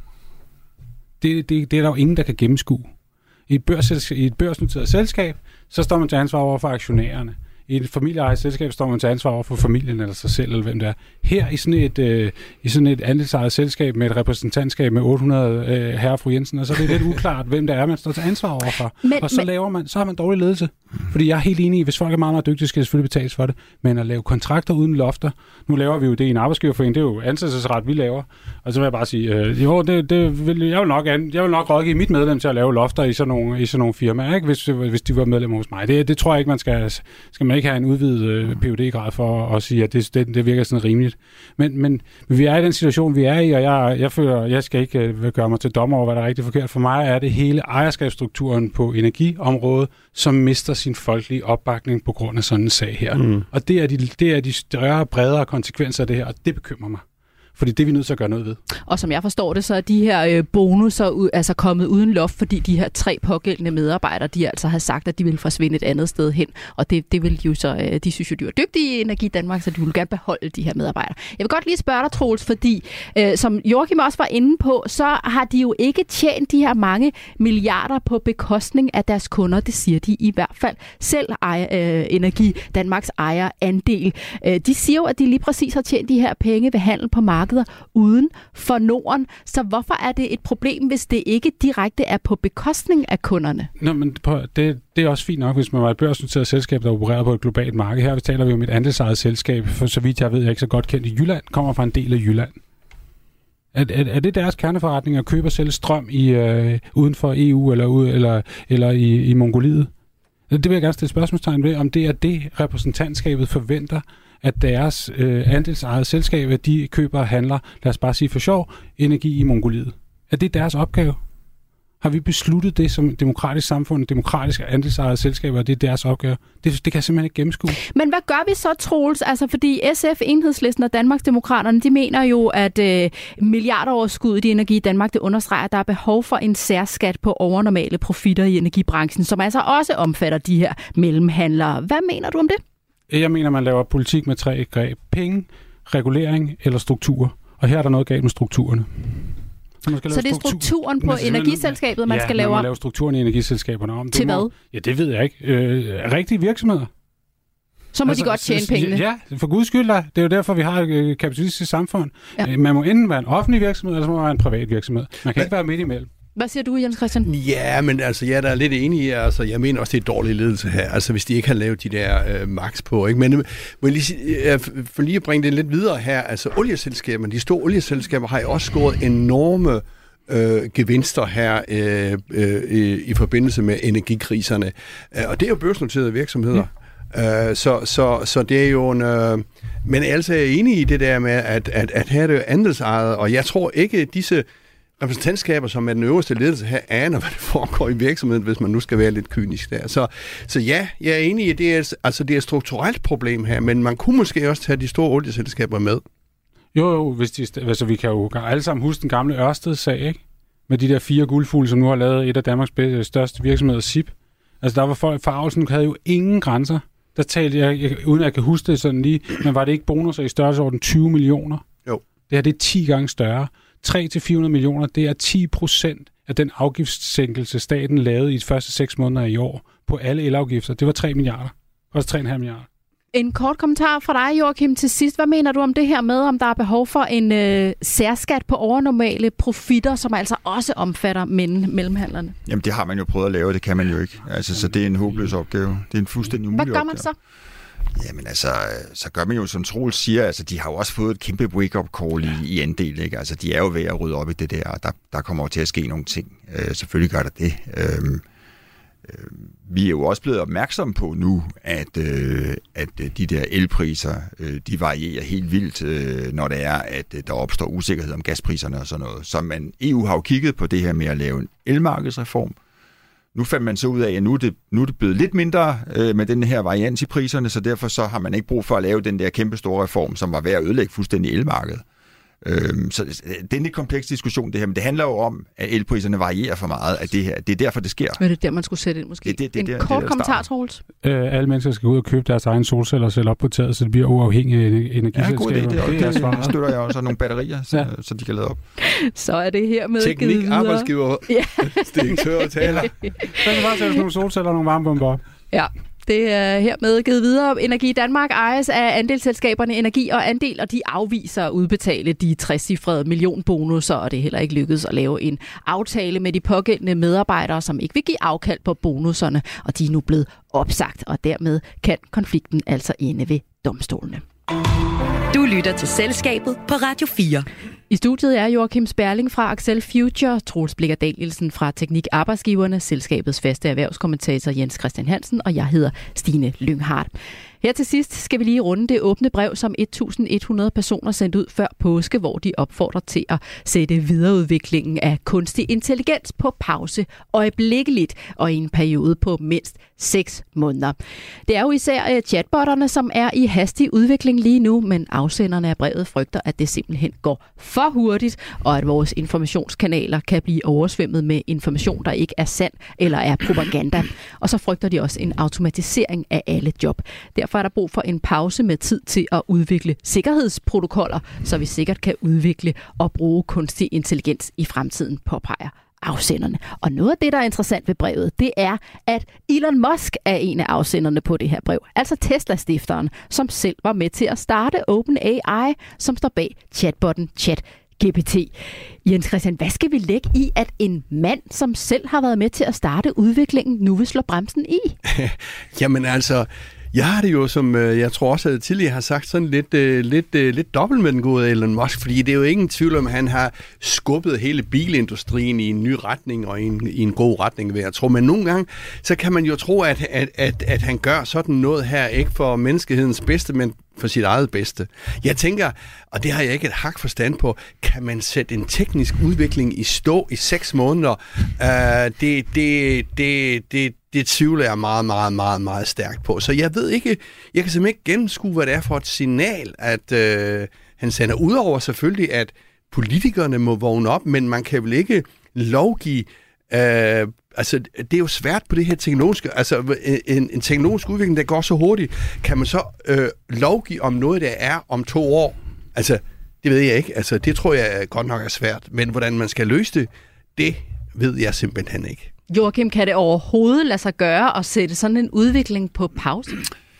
Det, det, det er der jo ingen, der kan gennemskue. I et, børs, i et børsnoteret selskab, så står man til ansvar over for aktionærerne. I et familieejet selskab står man til ansvar over for familien eller sig selv, eller hvem det er. Her i sådan et, øh, i sådan et andelsejet selskab med et repræsentantskab med otte hundrede øh, herre og fru Jensen, og så er det lidt uklart, hvem det er, man står til ansvar overfor. Men, og så men... laver man, så har man dårlig ledelse. Fordi jeg er helt enig i, hvis folk er meget, meget dygtige, skal det selvfølgelig betales for det. Men at lave kontrakter uden lofter, nu laver vi jo det i en arbejdsgiverforening, det er jo ansættelsesret, vi laver. Og så vil jeg bare sige, øh, jo, det, det vil, jeg, vil nok an, jeg vil nok rådgive mit medlem til at lave lofter i sådan nogle, i sådan nogle firmaer, ikke? Hvis, hvis de var medlemmer hos mig. Det, det tror jeg ikke, man skal, skal man ikke have en udvidet øh, P H D-grad for at sige, at det, det, det virker sådan rimeligt. Men, men vi er i den situation, vi er i, og jeg, jeg føler, jeg skal ikke øh, gøre mig til dommer over, hvad der er rigtig forkert. For mig er det hele ejerskabsstrukturen på energiområdet, som mister sin folkelige opbakning på grund af sådan en sag her. Mm. Og det er, de, det er de større, bredere konsekvenser af det her, og det bekymrer mig. Fordi det er vi nødt til at gøre noget ved. Og som jeg forstår det, så er de her øh, bonusser ud, altså kommet uden loft, fordi de her tre pågældende medarbejdere, de altså har sagt, at de vil forsvinde et andet sted hen. Og det, det vil de jo så, øh, de synes jo, de er dygtige i Energi Danmark, så de vil gerne beholde de her medarbejdere. Jeg vil godt lige spørge dig, Troels, fordi øh, som Joachim også var inde på, så har de jo ikke tjent de her mange milliarder på bekostning af deres kunder. Det siger de i hvert fald selv, ejer, øh, Energi Danmarks ejerandel. Øh, de siger jo, at de lige præcis har tjent de her penge ved handel på markedet uden for Norden. Så hvorfor er det et problem, hvis det ikke direkte er på bekostning af kunderne? Nå, men det, det er også fint nok, hvis man var et børsnoteret selskab, der opererer på et globalt marked. Her taler vi om et andelsejet selskab, for så vidt jeg ved, jeg er ikke så godt kendt i Jylland, kommer fra en del af Jylland. Er, er, er det deres kerneforretning at købe og sælge strøm i, øh, uden for E U eller, eller, eller i, i Mongoliet? Det vil jeg gerne stille spørgsmålstegn ved, om det er det, repræsentantskabet forventer, at deres øh, andelsejede selskab, at de køber og handler, lad os bare sige for sjov, energi i Mongoliet. Er det deres opgave? Har vi besluttet det som demokratisk samfund, demokratiske andelsejede selskaber, og det er deres opgave? Det, det kan jeg simpelthen ikke gennemskue. Men hvad gør vi så, Troels? Altså, fordi S F, Enhedslisten og Danmarksdemokraterne, de mener jo, at øh, milliardoverskuddet i Energi Danmark, det understreger, at der er behov for en særskat på overnormale profitter i energibranchen, som altså også omfatter de her mellemhandlere. Hvad mener du om det? Jeg mener, man laver politik med tre greb. Penge, regulering eller struktur. Og her er der noget galt med strukturerne. Så, så det er strukturen på energiselskabet, man ja, skal lave om? Ja, man man lave strukturen i energiselskaberne om. Til må, hvad? Ja, det ved jeg ikke. Øh, rigtige virksomheder. Så må altså, de godt tjene pengene. Ja, for guds skyld da. Det er jo derfor, vi har et kapitalistisk samfund. Ja. Man må enten være en offentlig virksomhed, eller så må man være en privat virksomhed. Man kan ikke være midt imellem. Hvad siger du, Jens Christian? Ja, men altså, jeg er da lidt enig i, altså, jeg mener også, det er dårlig ledelse her, altså hvis de ikke har lavet de der øh, max på, ikke? Men må jeg lige, øh, for lige at bringe det lidt videre her, altså olieselskaberne, de store olieselskaber har jo også scoret enorme øh, gevinster her øh, øh, i, i forbindelse med energikriserne, øh, og det er jo børsnoterede virksomheder. Mm. Uh, så, så, så det er jo en... Uh, men altså er jeg enig i det der med, at, at, at her er det andelsejet, og jeg tror ikke, at disse repræsentantskaber, som er den øverste ledelse her, aner, hvad det foregår i virksomheden, hvis man nu skal være lidt kynisk der. Så, så ja, jeg er enig i, at det er, altså, det er et strukturelt problem her, men man kunne måske også tage de store olieselskaber med. Jo, jo, hvis de, altså, vi kan jo alle sammen huske den gamle Ørsted-sag, ikke? Med de der fire guldfugle, som nu har lavet et af Danmarks bedste, største virksomheder, S I P. Altså, der var folk, forarvelsen havde jo ingen grænser. Der talte jeg, jeg, uden at jeg kan huske det sådan lige, men var det ikke bonusser i størrelsesorden tyve millioner? Jo. Det her, det er ti gange større. tre til fire hundrede millioner, det er ti procent af den afgiftssænkelse, staten lavede i de første seks måneder i år på alle elafgifter. Det var tre milliarder. Også tre komma fem milliarder. En kort kommentar fra dig, Joachim, til sidst. Hvad mener du om det her med, om der er behov for en øh, særskat på overnormale profitter, som altså også omfatter mellemhandlerne? Jamen, det har man jo prøvet at lave, det kan man jo ikke. Altså, så det er en håbløs opgave. Det er en fuldstændig umulig opgave. Hvad gør man så? Jamen altså, så gør man jo, som Troels siger, altså de har jo også fået et kæmpe wake-up call i, i andel, ikke? Altså de er jo ved at rydde op i det der, og der, der kommer jo til at ske nogle ting. Øh, selvfølgelig gør der det. Øh, øh, vi er jo også blevet opmærksomme på nu, at, øh, at de der elpriser, øh, de varierer helt vildt, øh, når det er, at øh, der opstår usikkerhed om gaspriserne og sådan noget. Så man, E U har jo kigget på det her med at lave en elmarkedsreform. Nu fandt man så ud af, at nu er det, nu er det blevet lidt mindre øh, med den her varians i priserne, så derfor så har man ikke brug for at lave den der kæmpe store reform, som var ved at ødelægge fuldstændig elmarkedet. Øhm, så det er en lidt kompleks diskussion det her, men det handler jo om, at elpriserne varierer for meget af det her. Det er derfor, det sker. Men det er der, man skulle sætte ind måske. Det, det, det, en det, kort det, kommentar, Troels. Øh, alle mennesker skal ud og købe deres egen solceller og sætte op på taget, så det bliver uafhængige energiselskaber. Ja, god idé. Det, det, det, det, det støtter jeg også nogle batterier, så, ja. så de kan lade op. Så er det her med teknik, arbejdsgiver, ja. direktør og taler. Så kan bare sætte nogle solceller og nogle varmepumper op. Ja. Det er hermed givet videre. Energi Danmark ejes af andelsselskaberne Energi og Andel, og de afviser at udbetale de tres-cifrede millionbonusser, og det er heller ikke lykkedes at lave en aftale med de pågældende medarbejdere, som ikke vil give afkald på bonusserne, og de er nu blevet opsagt, og dermed kan konflikten altså ende ved domstolene. Du lytter til Selskabet på Radio fire. I studiet er Joachim Sperling fra Axel Future, Troels Blikker Danielsen fra Teknik Arbejdsgiverne, selskabets faste erhvervskommentator Jens Christian Hansen, og jeg hedder Stine Lynghardt. Her til sidst skal vi lige runde det åbne brev, som et tusind hundrede personer sendte ud før påske, hvor de opfordrer til at sætte videreudviklingen af kunstig intelligens på pause øjeblikkeligt og i en periode på mindst seks måneder. Det er jo især chatbotterne, som er i hastig udvikling lige nu, men afsenderne af brevet frygter, at det simpelthen går for hurtigt, og at vores informationskanaler kan blive oversvømmet med information, der ikke er sand eller er propaganda. Og så frygter de også en automatisering af alle job. Derfor er der brug for en pause med tid til at udvikle sikkerhedsprotokoller, så vi sikkert kan udvikle og bruge kunstig intelligens i fremtiden, påpeger afsenderne. Og noget af det, der er interessant ved brevet, det er, at Elon Musk er en af afsenderne på det her brev. Altså Tesla-stifteren, som selv var med til at starte OpenAI, som står bag chatbotten ChatGPT. Jens Christian, hvad skal vi lægge i, at en mand, som selv har været med til at starte udviklingen, nu vil slå bremsen i? Jamen altså... Jeg har det jo, som jeg tror også, at tidligere har sagt, sådan lidt, lidt, lidt dobbelt med den gode Elon Musk, fordi det er jo ingen tvivl om, at han har skubbet hele bilindustrien i en ny retning og i en, i en god retning, vil jeg tro. Men nogle gange, så kan man jo tro, at, at, at, at han gør sådan noget her, ikke for menneskehedens bedste, men for sit eget bedste. Jeg tænker, og det har jeg ikke et hak forstand på, kan man sætte en teknisk udvikling i stå i seks måneder? Uh, det, det, det, det, det tvivler jeg meget, meget, meget, meget stærkt på. Så jeg ved ikke, jeg kan simpelthen ikke gennemskue, hvad det er for et signal, at uh, han sender. Udover selvfølgelig, at politikerne må vågne op, men man kan vel ikke lovgive. Uh, altså, det er jo svært på det her teknologiske, altså en, en teknologisk udvikling, der går så hurtigt, kan man så øh, lovgive om noget, der er om to år? Altså, Det ved jeg ikke. Altså, det tror jeg godt nok er svært. Men hvordan man skal løse det, det ved jeg simpelthen ikke. Joachim, kan det overhovedet lade sig gøre at sætte sådan en udvikling på pause?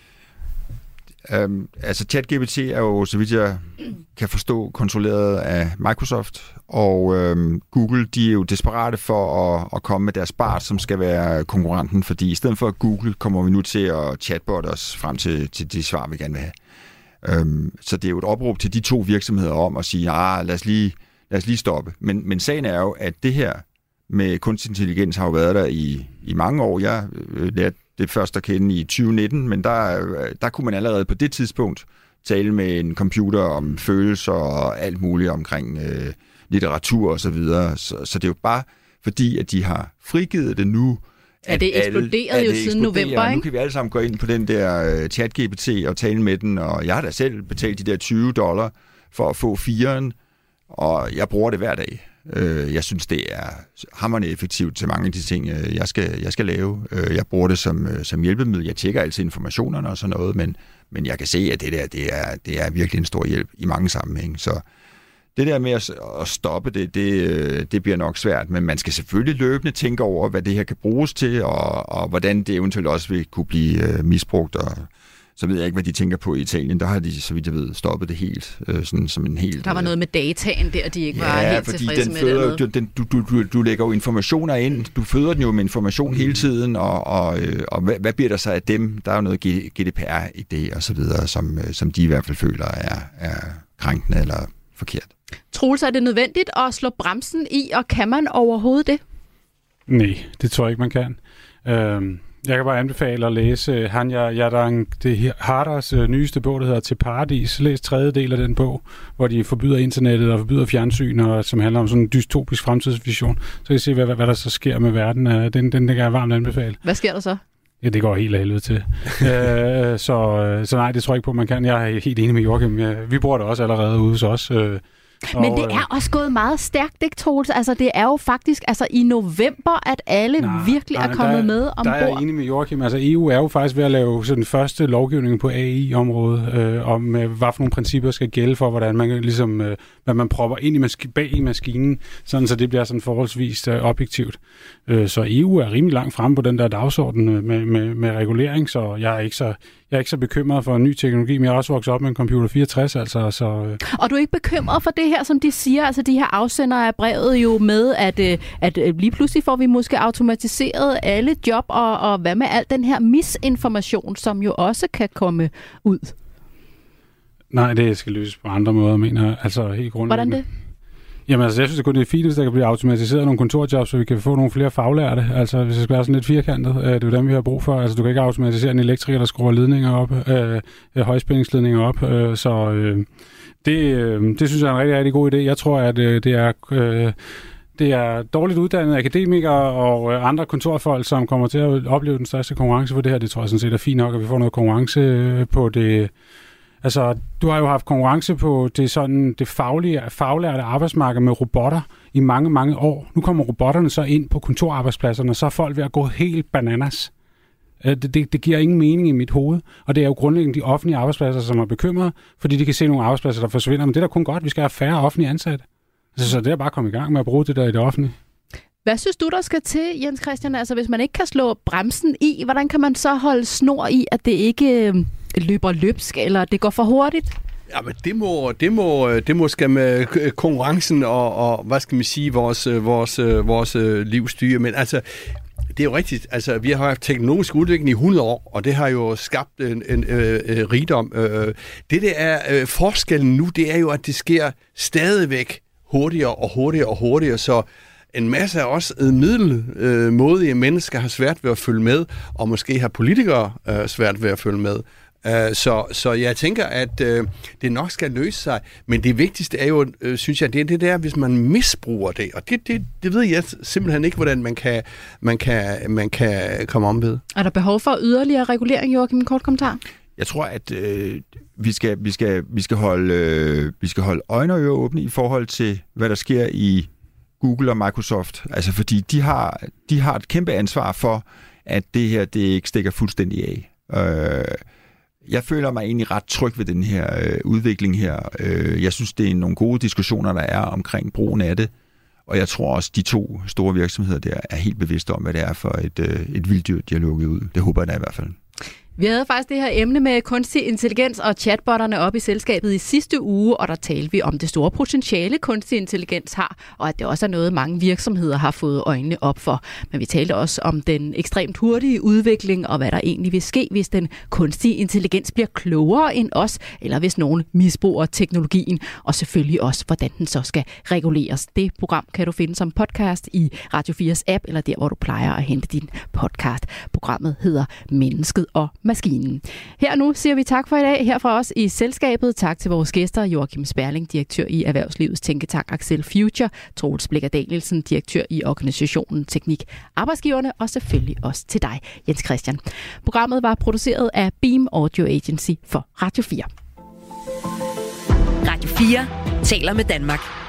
Um, altså ChatGPT er jo, så vidt jeg kan forstå, kontrolleret af Microsoft, og um, Google, de er jo desperate for at, at komme med deres Bard, som skal være konkurrenten, fordi i stedet for Google kommer vi nu til at chatbot os frem til, til de svar, vi gerne vil have. Um, så det er jo et opråb til de to virksomheder om at sige, ah, lad os lige, lad os lige stoppe. Men, men sagen er jo, at det her med kunstig intelligens har jo været der i, i mange år. Jeg øh, lærte det først at kende i tyve nitten, men der, der kunne man allerede på det tidspunkt tale med en computer om følelser og alt muligt omkring øh, litteratur og så videre. Så, så det er jo bare fordi, at de har frigivet det nu. At det eksploderede alle, jo det siden november, ikke? Nu kan vi alle sammen gå ind på den der uh, ChatGPT og tale med den, og jeg har da selv betalt de der tyve dollar for at få firen, og jeg bruger det hver dag. Jeg synes, det er hamrende effektivt til mange af de ting, jeg skal, jeg skal lave. Jeg bruger det som, som hjælpemiddel. Jeg tjekker altid informationerne og sådan noget, men, men jeg kan se, at det der, det er, det er virkelig en stor hjælp i mange sammenhænge. Så det der med at, at stoppe det, det, det bliver nok svært, men man skal selvfølgelig løbende tænke over, hvad det her kan bruges til, og, og hvordan det eventuelt også vil kunne blive misbrugt. Og så ved jeg ikke, hvad de tænker på i Italien. Der har de, så vidt jeg ved, stoppet det helt. Øh, sådan som en helt. Der var noget med dataen der, de ikke ja, var helt tilfredse den med føder, det. Den, du, du, du, du lægger jo informationer ind. Du føder den jo med information mm. hele tiden, og, og, og hvad, hvad bliver der så af dem? Der er jo noget G D P R i det, og så videre, som, som de i hvert fald føler er, er krænkende eller forkert. Troels, er det nødvendigt at slå bremsen i, og kan man overhovedet det? Nej, det tror jeg ikke, man kan. Øhm Jeg kan bare anbefale at læse Hanya Yadang de Harders øh, nyeste bog, der hedder Til Paradis. Læs tredje del af den bog, hvor de forbyder internettet og forbyder fjernsyn, og som handler om sådan en dystopisk fremtidsvision. Så kan I se, hvad, hvad der så sker med verden. Den, den, den kan jeg varmt anbefale. Hvad sker der så? Ja, det går helt af helvede til. øh, så, så nej, det tror jeg ikke på, man kan. Jeg er helt enig med Joachim. Vi bruger det også allerede ude hos os. Øh, Men det er også gået meget stærkt, ikke, Troels? Altså, det er jo faktisk altså, i november, at alle nej, virkelig nej, er kommet der, med ombord. Der er jeg enig med Joachim. Altså, E U er jo faktisk ved at lave sådan den første lovgivning på A I-området, øh, om øh, hvad for nogle principper skal gælde for, hvordan man ligesom, øh, hvad man propper ind i maski- bag i maskinen, sådan så det bliver sådan forholdsvis øh, objektivt. Øh, så E U er rimelig langt fremme på den der dagsorden med, med, med regulering, så jeg er ikke så... Jeg er ikke så bekymret for en ny teknologi, men jeg har også vokset op med en computer fireogtres. Altså, så, øh. Og du er ikke bekymret for det her, som de siger, altså de her afsendere af brevet jo med, at, at lige pludselig får vi måske automatiseret alle job, og, og hvad med al den her misinformation, som jo også kan komme ud? Nej, det skal løses på andre måder, mener jeg. Altså helt grundlæggende. Hvordan det? Jamen altså, jeg synes, det kun er fint, hvis der kan blive automatiseret nogle kontorjobs, så vi kan få nogle flere faglærte. Altså, hvis det skal være sådan lidt firkantet, øh, det er jo dem, vi har brug for. Altså, du kan ikke automatisere en elektriker, der skruer ledninger op, øh, højspændingsledninger op. Øh, så øh, det, øh, det synes jeg er en rigtig, rigtig god idé. Jeg tror, at øh, det er... Øh, Det er dårligt uddannede akademikere og andre kontorfolk, som kommer til at opleve den største konkurrence for det her. Det tror jeg sådan set er fint nok, at vi får noget konkurrence på det. Altså, du har jo haft konkurrence på det, sådan, det faglige, faglærte arbejdsmarked med robotter i mange, mange år. Nu kommer robotterne så ind på kontorarbejdspladserne, og så er folk ved at gå helt bananas. Det, det, det giver ingen mening i mit hoved, og det er jo grundlæggende de offentlige arbejdspladser, som er bekymrede, fordi de kan se nogle arbejdspladser, der forsvinder. Men det er da kun godt, vi skal have færre offentlige ansatte. Så, så det er bare at komme i gang med at bruge det der i det offentlige. Hvad synes du, der skal til, Jens Christian? Altså, hvis man ikke kan slå bremsen i, hvordan kan man så holde snor i, at det ikke øh, løber løbsk, eller det går for hurtigt? Ja, men det må, det må, det må skal med konkurrencen og, og hvad skal man sige, vores, vores, vores liv styre. Men altså, det er jo rigtigt. Altså, vi har haft teknologisk udvikling i hundrede år, og det har jo skabt en, en øh, rigdom. Det, der er øh, forskellen nu, det er jo, at det sker stadigvæk hurtigere og hurtigere og hurtigere, så en masse af os middelmådige mennesker har svært ved at følge med, og måske har politikere øh, svært ved at følge med. Uh, så, så jeg tænker, at uh, det nok skal løse sig, men det vigtigste er jo, uh, synes jeg, det er det der, hvis man misbruger det, og det, det, det ved jeg simpelthen ikke, hvordan man kan, man kan, man kan komme om ved. Er der behov for yderligere regulering, Joachim? En kort kommentar? Jeg tror, at øh, vi, skal, vi, skal, vi, skal holde, øh, vi skal holde øjne og ører åbne i forhold til, hvad der sker i Google og Microsoft. Altså, fordi de har, de har et kæmpe ansvar for, at det her det ikke stikker fuldstændig af. Øh, jeg føler mig egentlig ret tryg ved den her øh, udvikling her. Øh, jeg synes, det er nogle gode diskussioner, der er omkring brugen af det. Og jeg tror også, de to store virksomheder der er helt bevidste om, hvad det er for et, øh, et vilddyr, de har lukket ud. Det håber jeg da i hvert fald. Vi havde faktisk det her emne med kunstig intelligens og chatbotterne op i selskabet i sidste uge, og der talte vi om det store potentiale, kunstig intelligens har, og at det også er noget, mange virksomheder har fået øjnene op for. Men vi talte også om den ekstremt hurtige udvikling, og hvad der egentlig vil ske, hvis den kunstige intelligens bliver klogere end os, eller hvis nogen misbruger teknologien, og selvfølgelig også, hvordan den så skal reguleres. Det program kan du finde som podcast i Radio fires app, eller der, hvor du plejer at hente din podcast. Programmet hedder Mennesket og Maskinen. Her nu siger vi tak for i dag. Her fra os i selskabet. Tak til vores gæster. Joachim Sperling, direktør i Erhvervslivets Tænketank Axel Future. Troels Blikker Danielsen, direktør i organisationen Teknik Arbejdsgiverne. Og selvfølgelig også til dig, Jens Christian. Programmet var produceret af Beam Audio Agency for Radio fire. Radio fire taler med Danmark.